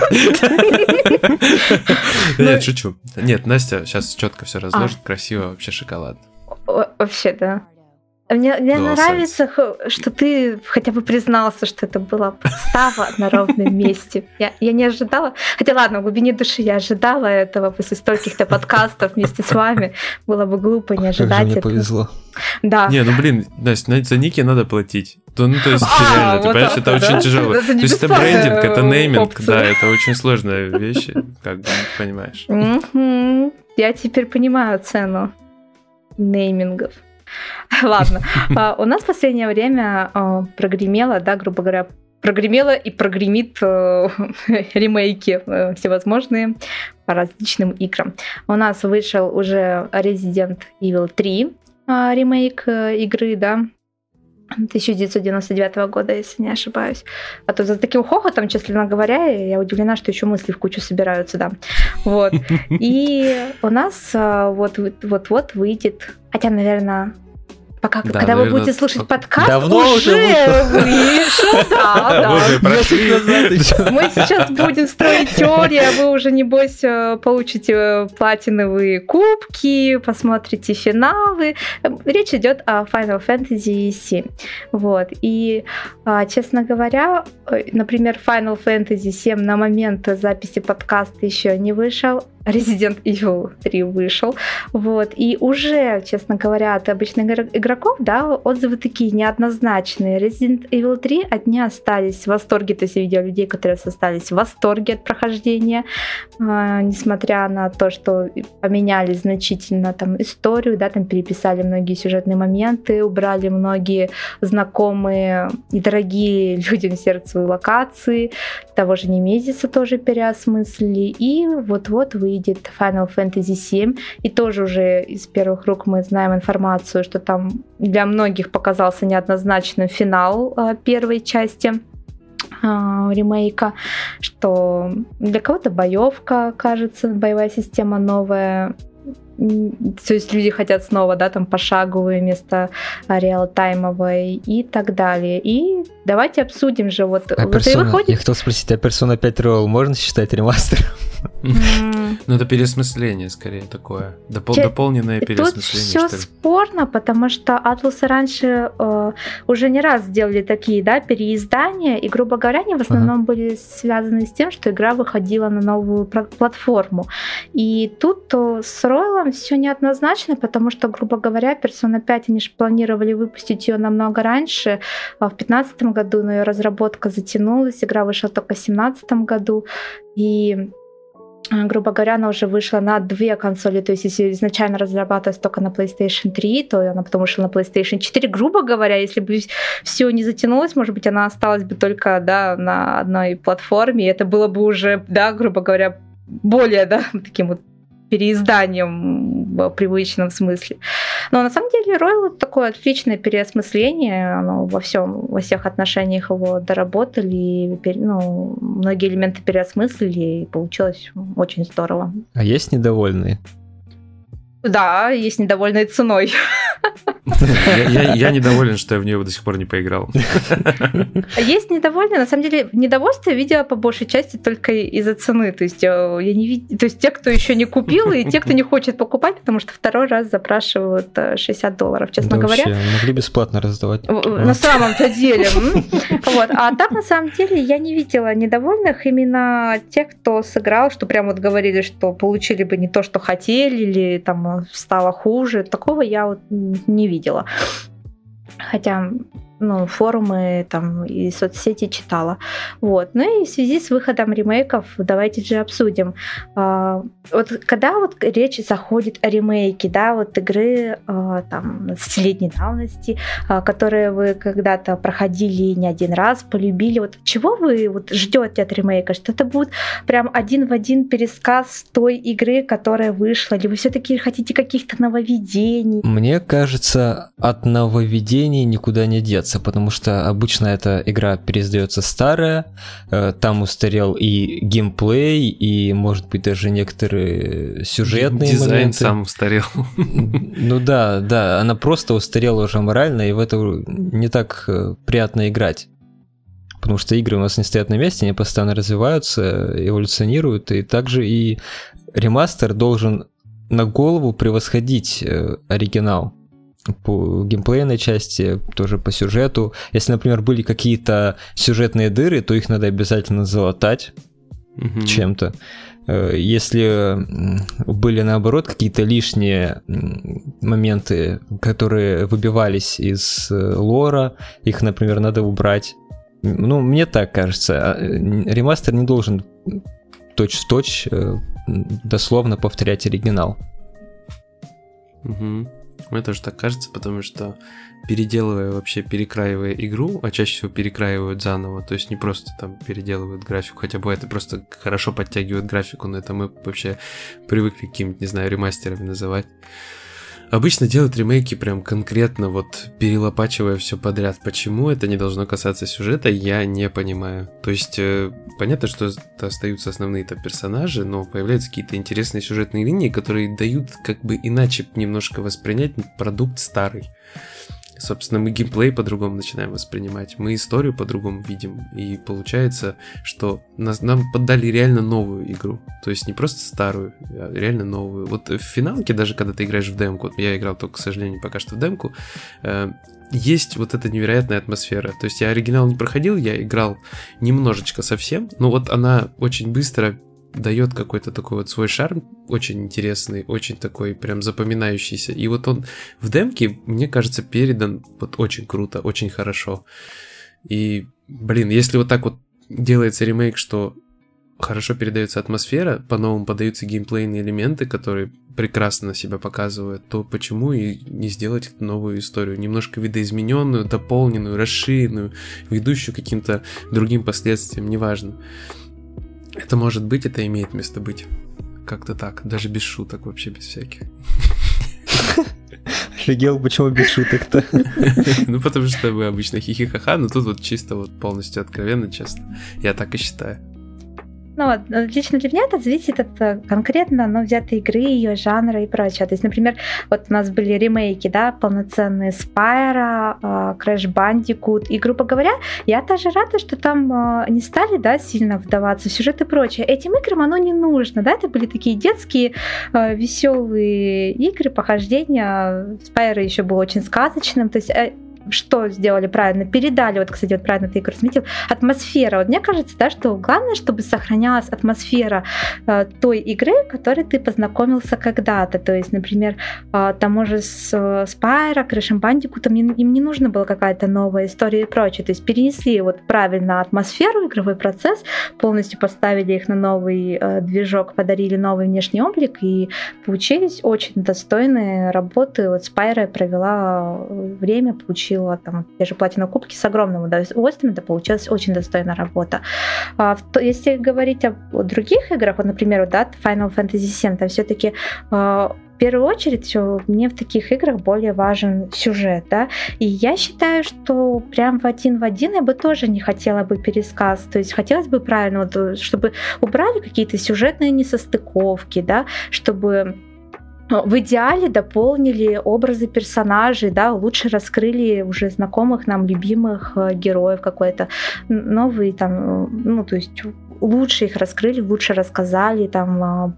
Нет, шучу. Нет, Настя сейчас четко все разложит, красиво, вообще шоколадно. Вообще, да. Мне нравится, что ты хотя бы признался, что это была подстава на ровном месте. Я не ожидала. Хотя ладно, в глубине души я ожидала этого после стольких-то подкастов вместе с вами. Было бы глупо не ожидать мне этого. Повезло. Да. Не, Настя, за ники надо платить. То есть, реально, ты понимаешь, это очень тяжело. То есть это брендинг, это нейминг, да, это очень сложные вещи, как бы, понимаешь. Я теперь понимаю цену неймингов. Ладно, у нас в последнее время прогремело, да, грубо говоря, и прогремит ремейки всевозможные по различным играм. У нас вышел уже Resident Evil 3 ремейк игры, да, 1999 года, если не ошибаюсь. А то за таким хохотом, честно говоря, я удивлена, что еще мысли в кучу собираются, да. Вот. И у нас вот-вот выйдет, хотя, наверное, пока, да, когда наверное, вы будете слушать подкаст, давно уже вышел. Да. Мы сейчас будем строить теории, а вы уже, небось, получите платиновые кубки, посмотрите финалы. Речь идет о Final Fantasy VII. Вот. И, честно говоря, например, Final Fantasy VII на момент записи подкаста еще не вышел. Resident Evil 3 вышел, вот, и уже, честно говоря, от обычных игроков, да, отзывы такие неоднозначные. Resident Evil 3 одни остались в восторге, то есть я видела людей, которые остались в восторге от прохождения, несмотря на то, что поменяли значительно там историю, да, там переписали многие сюжетные моменты, убрали многие знакомые и дорогие людям сердцу локации, того же Немезиса тоже переосмыслили, и вот-вот выйдет Final Fantasy VII, и тоже уже из первых рук мы знаем информацию, что там для многих показался неоднозначным финал первой части ремейка, что для кого-то боевка, кажется, боевая система новая, то есть люди хотят снова, да, там пошаговые вместо реалтаймовой и так далее. И давайте обсудим же вот и выходит... Я хотел спросить, а Persona 5 Royal можно считать ремастером? Ну, это переосмысление, скорее, такое. Дополненное переосмысление. Тут все спорно, потому что Atlus раньше уже не раз сделали такие, да, переиздания, и, грубо говоря, они в основном были связаны с тем, что игра выходила на новую платформу. И тут с Royal все неоднозначно, потому что, грубо говоря, Persona 5 они же планировали выпустить ее намного раньше, в 2015 году, но ее разработка затянулась, игра вышла только в 2017 году, и, грубо говоря, она уже вышла на 2 консоли, то есть если изначально разрабатывалась только на PlayStation 3, то она потом вышла на PlayStation 4, грубо говоря, если бы все не затянулось, может быть, она осталась бы только, да, на одной платформе, и это было бы уже, да, грубо говоря, более, да, таким вот переизданием в привычном смысле. Но на самом деле Royal такое отличное переосмысление, оно во всех отношениях его доработали, и, ну, многие элементы переосмыслили, и получилось очень здорово. А есть недовольные? Да, есть недовольные ценой. Я недоволен, что я в нее до сих пор не поиграл. Есть недовольные. На самом деле, недовольство я видела по большей части только из-за цены. То есть я не видела, то есть те, кто еще не купил, и те, кто не хочет покупать, потому что второй раз запрашивают $60, честно говоря. Вообще, могли бесплатно раздавать. На самом-то деле. Вот. А так, на самом деле, я не видела недовольных именно тех, кто сыграл, что прям вот говорили, что получили бы не то, что хотели, или там стало хуже. Такого я вот не видела. Хотя, ну, форумы там и соцсети читала. Вот. Ну и в связи с выходом ремейков давайте же обсудим. Вот когда вот речь заходит о ремейке, да, вот игры там 20-летней давности, которые вы когда-то проходили не один раз, полюбили, вот чего вы вот ждете от ремейка? Что это будет прям один в один пересказ той игры, которая вышла? Или вы все-таки хотите каких-то нововведений? Мне кажется, от нововведений никуда не деться, потому что обычно эта игра переиздается старая, там устарел и геймплей, и, может быть, даже некоторые сюжетные дизайн моменты. Сам устарел. Ну да, она просто устарела уже морально, и в это не так приятно играть. Потому что игры у нас не стоят на месте, они постоянно развиваются, эволюционируют, и также и ремастер должен на голову превосходить оригинал. по геймплейной части, тоже по сюжету. Если, например, были какие-то сюжетные дыры, то их надо обязательно залатать чем-то. Если были, наоборот, какие-то лишние моменты, которые выбивались из лора, их, например, надо убрать. Ну, мне так кажется. Ремастер не должен точь-в-точь дословно повторять оригинал. Мне тоже так кажется, потому что переделывая, вообще перекраивая игру, а чаще всего перекраивают заново, то есть не просто там переделывают графику, хотя бывает и просто хорошо подтягивают графику, но это мы вообще привыкли какими-то, не знаю, ремастерами называть. Обычно делают ремейки прям конкретно, вот перелопачивая все подряд. Почему это не должно касаться сюжета, я не понимаю. То есть, понятно, что остаются основные-то персонажи, но появляются какие-то интересные сюжетные линии, которые дают как бы иначе немножко воспринять продукт старый. Собственно, мы геймплей по-другому начинаем воспринимать, мы историю по-другому видим, и получается, что нам поддали реально новую игру, то есть не просто старую, а реально новую. Вот в финалке, даже когда ты играешь в демку, я играл только, к сожалению, пока что в демку, есть вот эта невероятная атмосфера. То есть я оригинал не проходил, я играл немножечко совсем, но вот она очень быстро дает какой-то такой вот свой шарм, очень интересный, очень такой прям запоминающийся. И вот он в демке, мне кажется, передан вот очень круто, очень хорошо. И, блин, если вот так вот делается ремейк, что хорошо передается атмосфера, по-новому подаются геймплейные элементы, которые прекрасно себя показывают, то почему и не сделать новую историю, немножко видоизмененную, дополненную, расширенную, ведущую к каким-то другим последствиям, неважно. Это может быть, это имеет место быть. Как-то так, даже без шуток, вообще без всяких. Офигел, почему без шуток-то? Ну, потому что вы обычно хихихаха, но тут вот чисто вот полностью откровенно, честно. Я так и считаю. Ну вот, лично для меня это зависит от конкретно, взятой игры, ее жанра и прочее. То есть, например, вот у нас были ремейки, да, полноценные Spyro, Crash Bandicoot. И, грубо говоря, я даже рада, что там не стали, да, сильно вдаваться в сюжет и прочее. Этим играм оно не нужно, да, это были такие детские веселые игры, похождения. Spyro еще был очень сказочным, то есть что сделали правильно, передали, вот, кстати, вот правильно ты, Игорь, заметил, атмосфера. Вот мне кажется, да, что главное, чтобы сохранялась атмосфера той игры, которой ты познакомился когда-то. То есть, например, тому же с Spyro, Crash Bandicoot, им не нужна была какая-то новая история и прочее. То есть перенесли вот правильно атмосферу, игровой процесс, полностью поставили их на новый движок, подарили новый внешний облик и получились очень достойные работы. Вот Spyro провела время, получила там те же платиновые кубки с огромным удовольствием, это получилась очень достойная работа. Если говорить о других играх, вот, например, да, Final Fantasy VII, там все-таки в первую очередь мне в таких играх более важен сюжет, да, и я считаю, что прям в один я бы тоже не хотела бы пересказ, то есть хотелось бы правильно, вот, чтобы убрали какие-то сюжетные несостыковки, да, чтобы в идеале дополнили образы персонажей, да, лучше раскрыли уже знакомых нам, любимых героев, какой-то новый там, то есть лучше их раскрыли, лучше рассказали, там,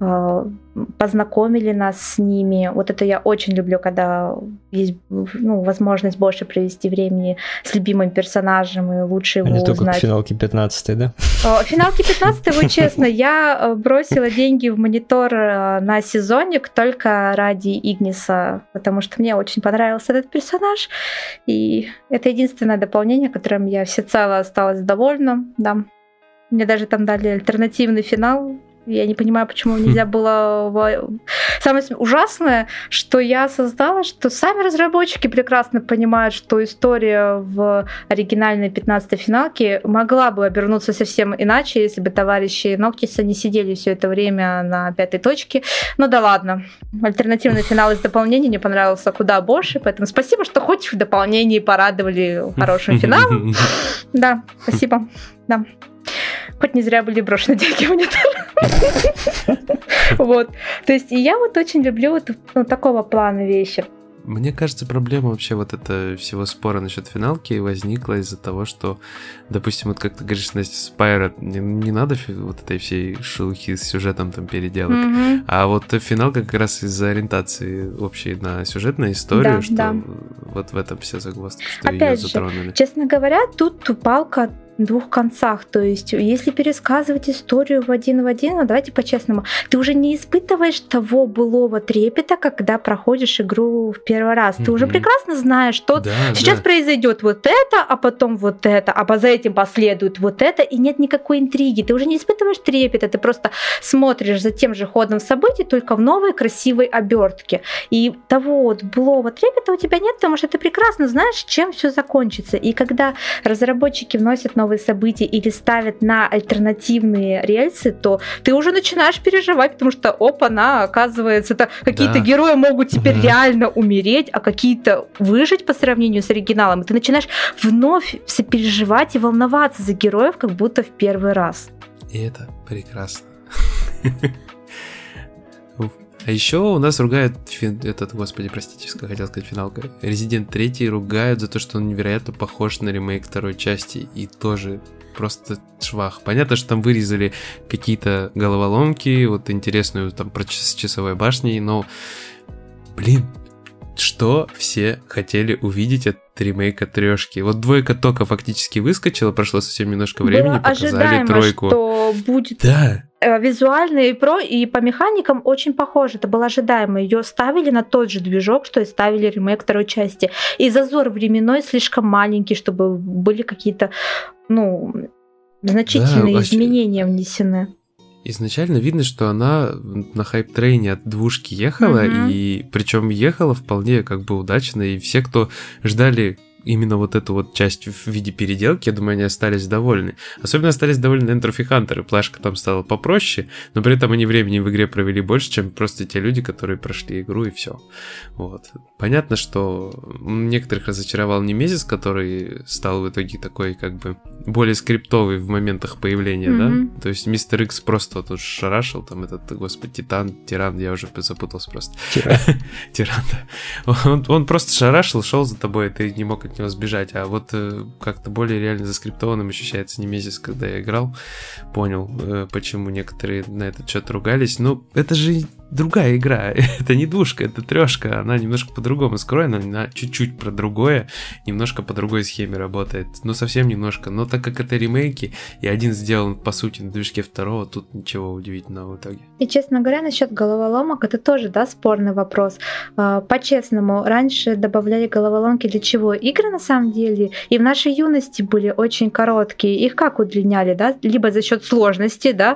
познакомили нас с ними. Вот это я очень люблю, когда есть возможность больше провести времени с любимым персонажем и лучше его узнать. Не только к финалке 15-й, да? Финалке 15-й, вот честно, я бросила деньги в монитор на сезонник только ради Игниса, потому что мне очень понравился этот персонаж, и это единственное дополнение, которым я всецело осталась довольна, да. Мне даже там дали альтернативный финал. Я не понимаю, почему нельзя было... Самое ужасное, что я осознала, что сами разработчики прекрасно понимают, что история в оригинальной 15-й финалке могла бы обернуться совсем иначе, если бы товарищи Ноктиса не сидели все это время на 5-й точке. Ну да ладно. Альтернативный финал из дополнений мне понравился куда больше, поэтому спасибо, что хоть в дополнении порадовали хорошим финалом. Да, спасибо. Да. Хоть не зря были брошены деньги в монитор. Вот. То есть, и я вот очень люблю вот такого плана вещи. Мне кажется, проблема вообще вот это всего спора насчет финалки возникла из-за того, что, допустим, вот как ты говоришь, Настя, Спайро, не надо вот этой всей шелухи с сюжетом там переделок, а вот финалка как раз из-за ориентации общей на сюжетную историю, вот в этом вся загвоздка, что ее затронули. Честно говоря, тут палка в двух концах. То есть, если пересказывать историю в один, ну, давайте по-честному, ты уже не испытываешь того былого трепета, когда проходишь игру в первый раз. Ты уже прекрасно знаешь, что сейчас произойдет вот это, а потом вот это, а за этим последует вот это, и нет никакой интриги. Ты уже не испытываешь трепета, ты просто смотришь за тем же ходом событий, только в новой красивой обертке. И того вот былого трепета у тебя нет, потому что ты прекрасно знаешь, чем все закончится. И когда разработчики вносят новые события или ставят на альтернативные рельсы, то ты уже начинаешь переживать, потому что опа-на, оказывается, какие-то герои могут теперь реально умереть, а какие-то выжить по сравнению с оригиналом. И ты начинаешь вновь сопереживать и волноваться за героев, как будто в первый раз. И это прекрасно. А еще у нас ругают господи, простите, хотел сказать финалка. Resident 3 ругают за то, что он невероятно похож на ремейк второй части. И тоже просто швах. Понятно, что там вырезали какие-то головоломки, вот интересную там про с часовой башней, но, блин, что все хотели увидеть от ремейка трешки? Вот двойка только фактически выскочила, прошло совсем немножко времени, было показали тройку. Что будет визуально и по механикам очень похоже. Это было ожидаемо. Ее ставили на тот же движок, что и ставили ремейк второй части. И зазор временной слишком маленький, чтобы были какие-то, значительные изменения внесены. Изначально видно, что она на хайп-трейне от двушки ехала, и причем ехала вполне как бы удачно, и все, кто ждали именно вот эту вот часть в виде переделки, я думаю, они остались довольны. Особенно остались довольны Entropy Hunter, и плашка там стала попроще, но при этом они времени в игре провели больше, чем просто те люди, которые прошли игру, и все. Вот. Понятно, что некоторых разочаровал Немезис, который стал в итоге такой как бы более скриптовый в моментах появления, да? То есть Мистер Икс просто тут шарашил, там этот, господи, Тиран, я уже запутался просто. Тиран, да. Он просто шарашил, шел за тобой, ты не мог от него сбежать, а вот как-то более реально заскриптованным ощущается Немезис, когда я играл, понял, почему некоторые на этот счет ругались. Ну, это же другая игра, это не двушка, это трешка, она немножко по-другому скроена, она чуть-чуть про другое, немножко по другой схеме работает, ну совсем немножко, но так как это ремейки, и один сделан по сути на движке второго, тут ничего удивительного в итоге. И честно говоря, насчет головоломок, это тоже, спорный вопрос. По-честному, раньше добавляли головоломки для чего? Игры на самом деле и в нашей юности были очень короткие, их как удлиняли, да? Либо за счет сложности, да,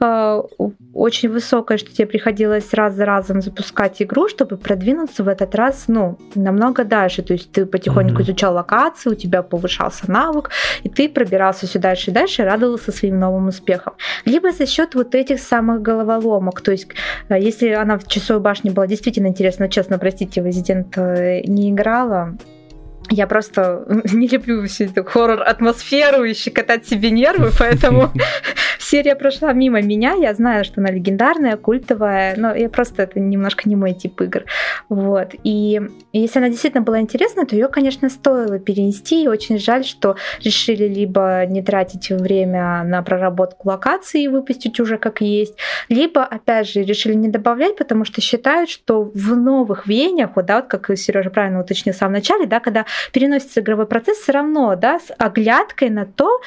очень высокой, что тебе приходилось раз за разом запускать игру, чтобы продвинуться в этот раз, намного дальше. То есть ты потихоньку изучал локации, у тебя повышался навык, и ты пробирался все дальше и дальше и радовался своим новым успехам. Либо за счет вот этих самых головоломок. То есть если она в часовой башне была действительно интересна, честно, простите, в Resident не играла, я просто не люблю всю эту хоррор-атмосферу и щекотать себе нервы, поэтому серия прошла мимо меня. Я знаю, что она легендарная, культовая, но это немножко не мой тип игр. Вот. И если она действительно была интересна, то ее, конечно, стоило перенести. И очень жаль, что решили либо не тратить время на проработку локаций и выпустить уже как есть, либо, опять же, решили не добавлять, потому что считают, что в новых веяниях, вот как Сережа правильно уточнил в самом начале, когда переносится игровой процесс, все равно, с оглядкой на то,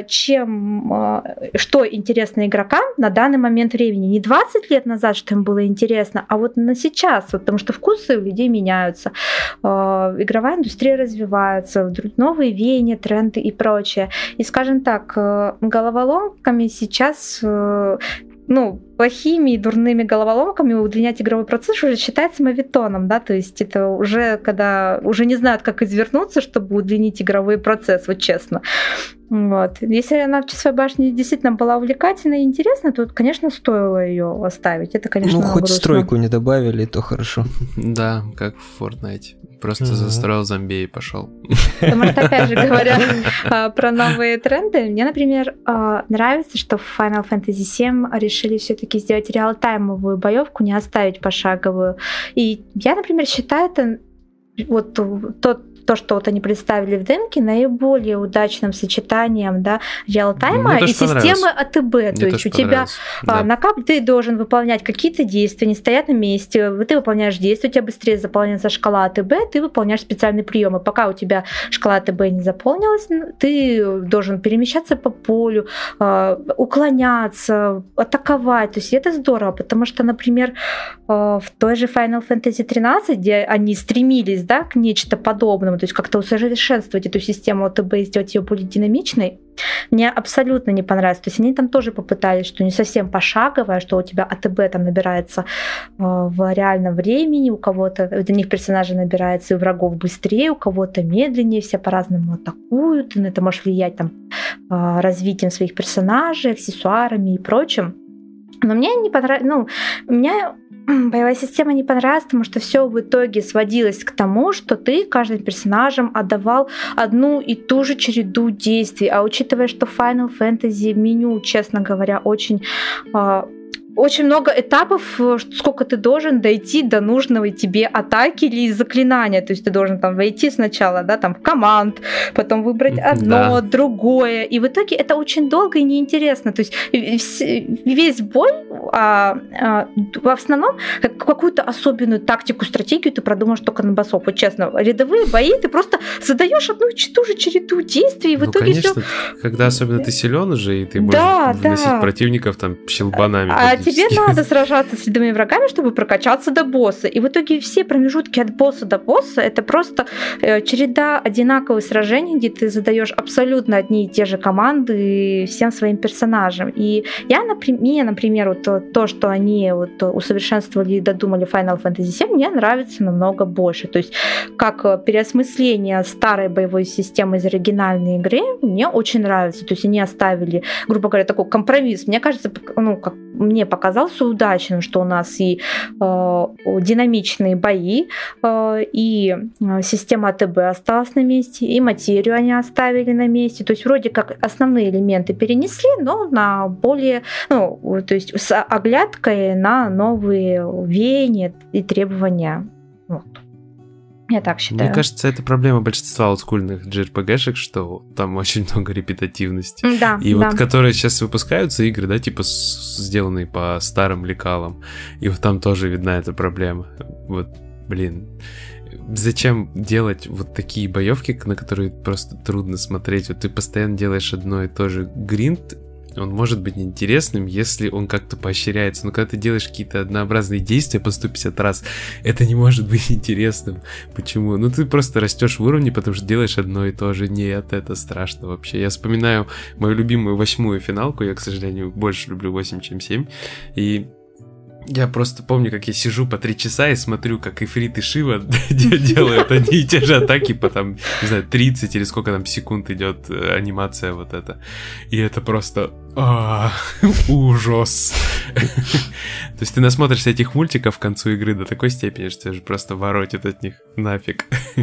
что интересно игрокам на данный момент времени. Не 20 лет назад, что им было интересно, а вот на сейчас, потому что вкусы у людей меняются, игровая индустрия развивается, новые веяния, тренды и прочее. И, скажем так, головоломками сейчас... плохими и дурными головоломками удлинять игровой процесс уже считается моветоном, то есть это уже когда уже не знают, как извернуться, чтобы удлинить игровой процесс, вот честно. Вот. Если она в часовой башне действительно была увлекательной и интересной, то, конечно, стоило ее оставить. Это, конечно, хоть грустно. Стройку не добавили, то хорошо. Да, как в Fortnite. Просто застроил зомби и пошел. Потому что, опять же, говоря про новые тренды, мне, например, нравится, что в Final Fantasy VII решили все-таки сделать реалтаймовую боевку, не оставить пошаговую. И я, например, считаю это вот то, что вот они представили в демке, наиболее удачным сочетанием, да, реал-тайма и системы АТБ. То есть у тебя на кап ты должен выполнять какие-то действия, не стоять на месте, ты выполняешь действия, у тебя быстрее заполняется шкала АТБ, ты выполняешь специальные приемы. Пока у тебя шкала АТБ не заполнилась, ты должен перемещаться по полю, уклоняться, атаковать. То есть это здорово, потому что, например, в той же Final Fantasy 13, где они стремились, да, к нечто подобному, то есть как-то усовершенствовать эту систему АТБ и сделать ее более динамичной, мне абсолютно не понравилось. То есть они там тоже попытались, что не совсем пошаговое, что у тебя АТБ там набирается в реальном времени, у кого-то, для них персонажи набирается и врагов быстрее, у кого-то медленнее, все по-разному атакуют, и на это можешь влиять там развитием своих персонажей, аксессуарами и прочим. Но мне не понравилось, меня боевая система не понравилась, потому что все в итоге сводилось к тому, что ты каждым персонажем отдавал одну и ту же череду действий. А учитывая, что Final Fantasy меню, честно говоря, очень много этапов, сколько ты должен дойти до нужного тебе атаки или заклинания. То есть ты должен там войти сначала, да, там в команд, потом выбрать одно, другое. И в итоге это очень долго и неинтересно. То есть весь бой в основном какую-то особенную тактику, стратегию ты продумаешь только на боссов. Вот честно, рядовые бои ты просто задаешь одну и ту же череду действий, и в итоге конечно, когда особенно ты силен уже, и ты можешь выносить противников там щелбанами. Тебе надо сражаться с рядовыми врагами, чтобы прокачаться до босса. И в итоге все промежутки от босса до босса — это просто череда одинаковых сражений, где ты задаешь абсолютно одни и те же команды всем своим персонажам. И мне, например, вот то, что они вот усовершенствовали и додумали Final Fantasy VII, мне нравится намного больше. То есть как переосмысление старой боевой системы из оригинальной игры мне очень нравится. То есть они оставили, грубо говоря, такой компромисс. Мне кажется, как мне показался удачным, что у нас и динамичные бои, и система АТБ осталась на месте, и материю они оставили на месте. То есть вроде как основные элементы перенесли, но на более, то есть с оглядкой на новые веяния и требования. Вот. Я так считаю. Мне кажется, это проблема большинства олдскульных JRPG-шек, что там очень много репетативности. Да, и вот которые сейчас выпускаются игры, да, типа сделанные по старым лекалам, и вот там тоже видна эта проблема. Вот, блин, зачем делать вот такие боевки, на которые просто трудно смотреть? Вот ты постоянно делаешь одно и то же. Гринд, он может быть интересным, если он как-то поощряется. Но когда ты делаешь какие-то однообразные действия по 150 раз, это не может быть интересным. Почему? Ты просто растешь в уровне, потому что делаешь одно и то же. Нет, это страшно вообще. Я вспоминаю мою любимую 8-ю финалку. Я, к сожалению, больше люблю 8, чем 7. И я просто помню, как я сижу по 3 часа и смотрю, как Ифрит и Шива делают одни и те же атаки по там, не знаю, 30 или сколько там секунд идет анимация вот эта. И это просто ужас. То есть ты насмотришься этих мультиков к концу игры до такой степени, что же просто воротит от них нафиг.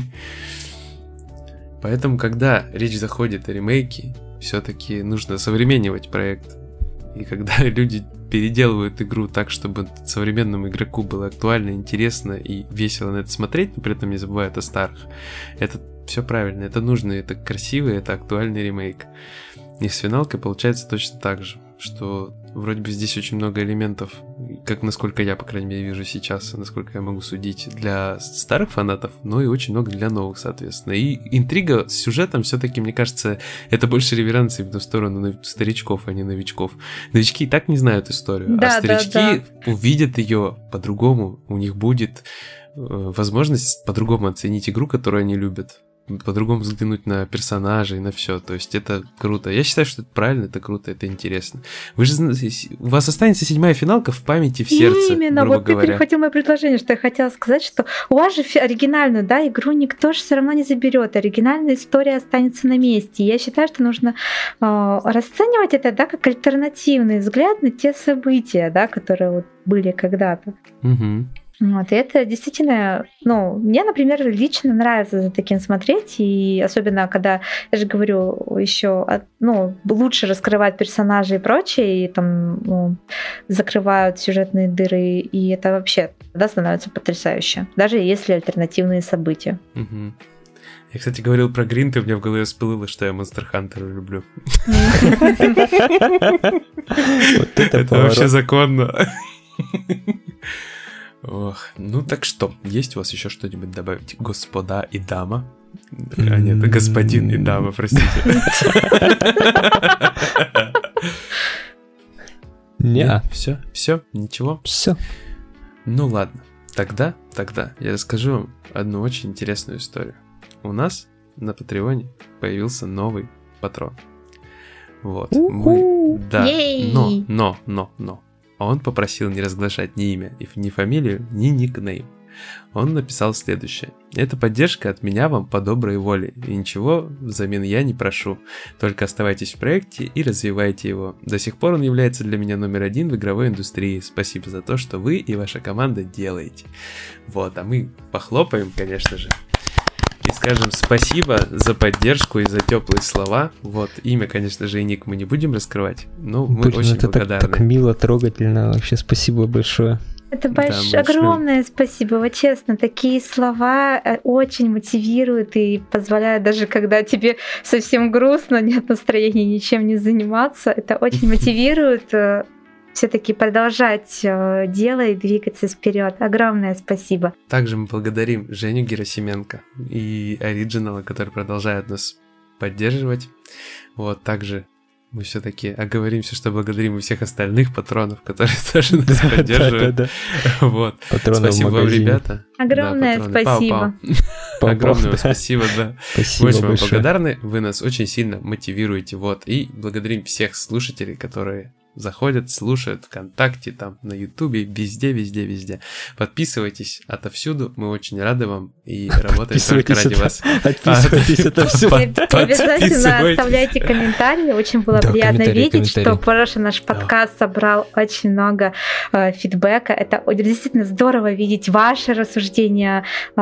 Поэтому, когда речь заходит о ремейке, все-таки нужно современнивать проект. И когда люди переделывают игру так, чтобы современному игроку было актуально, интересно и весело на это смотреть, но при этом не забывают о старых, это все правильно, это нужно, это красивый, это актуальный ремейк. И с финалкой получается точно так же, что вроде бы здесь очень много элементов, как насколько я, по крайней мере, вижу сейчас, насколько я могу судить, для старых фанатов, но и очень много для новых, соответственно. И интрига с сюжетом все-таки, мне кажется, это больше реверанс именно в сторону старичков, а не новичков. Новички и так не знают историю, а старички увидят ее по-другому, у них будет возможность по-другому оценить игру, которую они любят, по-другому взглянуть на персонажей, на все. То есть это круто. Я считаю, что это правильно, это круто, это интересно. Вы же знаете, у вас останется 7-я финалка в памяти, в сердце. Именно, вот ты перехватил мое предложение, что я хотела сказать, что у вас же оригинальную, да, игру никто же все равно не заберет. Оригинальная история останется на месте. Я считаю, что нужно расценивать это, да, как альтернативный взгляд на те события, да, которые вот были когда-то. Угу. Вот, и это действительно, мне, например, лично нравится за таким смотреть, и особенно, когда, я же говорю, еще, лучше раскрывать персонажей и прочее, и там, закрывают сюжетные дыры, и это вообще, да, становится потрясающе, даже если альтернативные события. Угу. Я, кстати, говорил про Гринт, и у меня в голове всплыло, что я Monster Hunter люблю. Это вообще законно. Ох, так что, есть у вас еще что-нибудь добавить, господа и дама? А нет, господин и дама, простите. Не. Все, ничего? Все. Ну ладно, тогда я расскажу вам одну очень интересную историю. У нас на Патреоне появился новый патрон. Вот. Да, но. Он попросил не разглашать ни имя, ни фамилию, ни никнейм. Он написал следующее. Это поддержка от меня вам по доброй воле, и ничего взамен я не прошу. Только оставайтесь в проекте и развивайте его. До сих пор он является для меня номер 1 в игровой индустрии. Спасибо за то, что вы и ваша команда делаете. Вот, а мы похлопаем, конечно же. И скажем спасибо за поддержку и за теплые слова. Вот, имя, конечно же, и ник мы не будем раскрывать, но мы очень благодарны. Так мило, трогательно. Вообще спасибо большое. Это огромное спасибо, вот честно. Такие слова очень мотивируют и позволяют, даже когда тебе совсем грустно, нет настроения ничем не заниматься, это очень мотивирует все-таки продолжать дело и двигаться вперед. Огромное спасибо. Также мы благодарим Женю Герасименко и Original, которые продолжают нас поддерживать. Вот, также мы все-таки оговоримся, что благодарим и всех остальных патронов, которые тоже нас поддерживают. Вот. Спасибо вам, ребята. Огромное спасибо. Огромное спасибо, да. Спасибо очень вам большое. благодарны. Вы нас очень сильно мотивируете. Вот. И благодарим всех слушателей, которые заходят, слушают ВКонтакте, там, на Ютубе, везде. Подписывайтесь отовсюду, мы очень рады вам и работаем только ради вас. Подписывайтесь отовсюду. Обязательно оставляйте комментарии, очень было приятно видеть, что прошлый наш подкаст собрал очень много фидбэка. Это действительно здорово видеть ваши рассуждения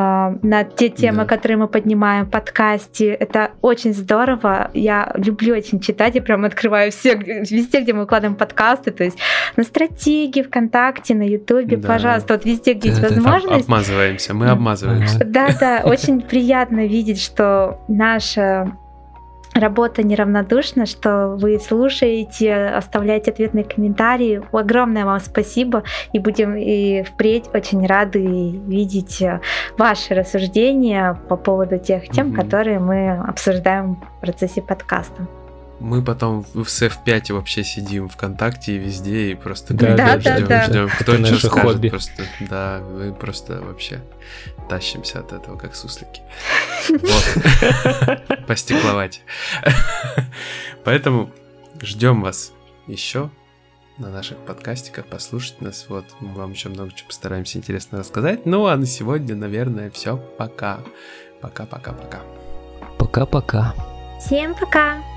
на те темы, которые мы поднимаем в подкасте. Это очень здорово. Я люблю очень читать, я прям открываю везде, где мы выкладываем подкасты, то есть на стратегии, ВКонтакте, на Ютубе, пожалуйста, вот везде, где есть возможность. Мы обмазываемся. Да, очень приятно видеть, что наша работа неравнодушна, что вы слушаете, оставляете ответные комментарии. Огромное вам спасибо, и будем и впредь очень рады видеть ваши рассуждения по поводу тех тем, которые мы обсуждаем в процессе подкаста. Мы потом в SF5 вообще сидим ВКонтакте и везде, и просто ждем, кто что скажет. Просто, да, мы просто вообще тащимся от этого, как суслики. Вот. Постекловать. Поэтому ждем вас еще на наших подкастиках, послушать нас. Вот, мы вам еще много чего постараемся интересно рассказать. Ну, а на сегодня, наверное, все. Пока. Пока-пока-пока. Пока-пока. Всем пока.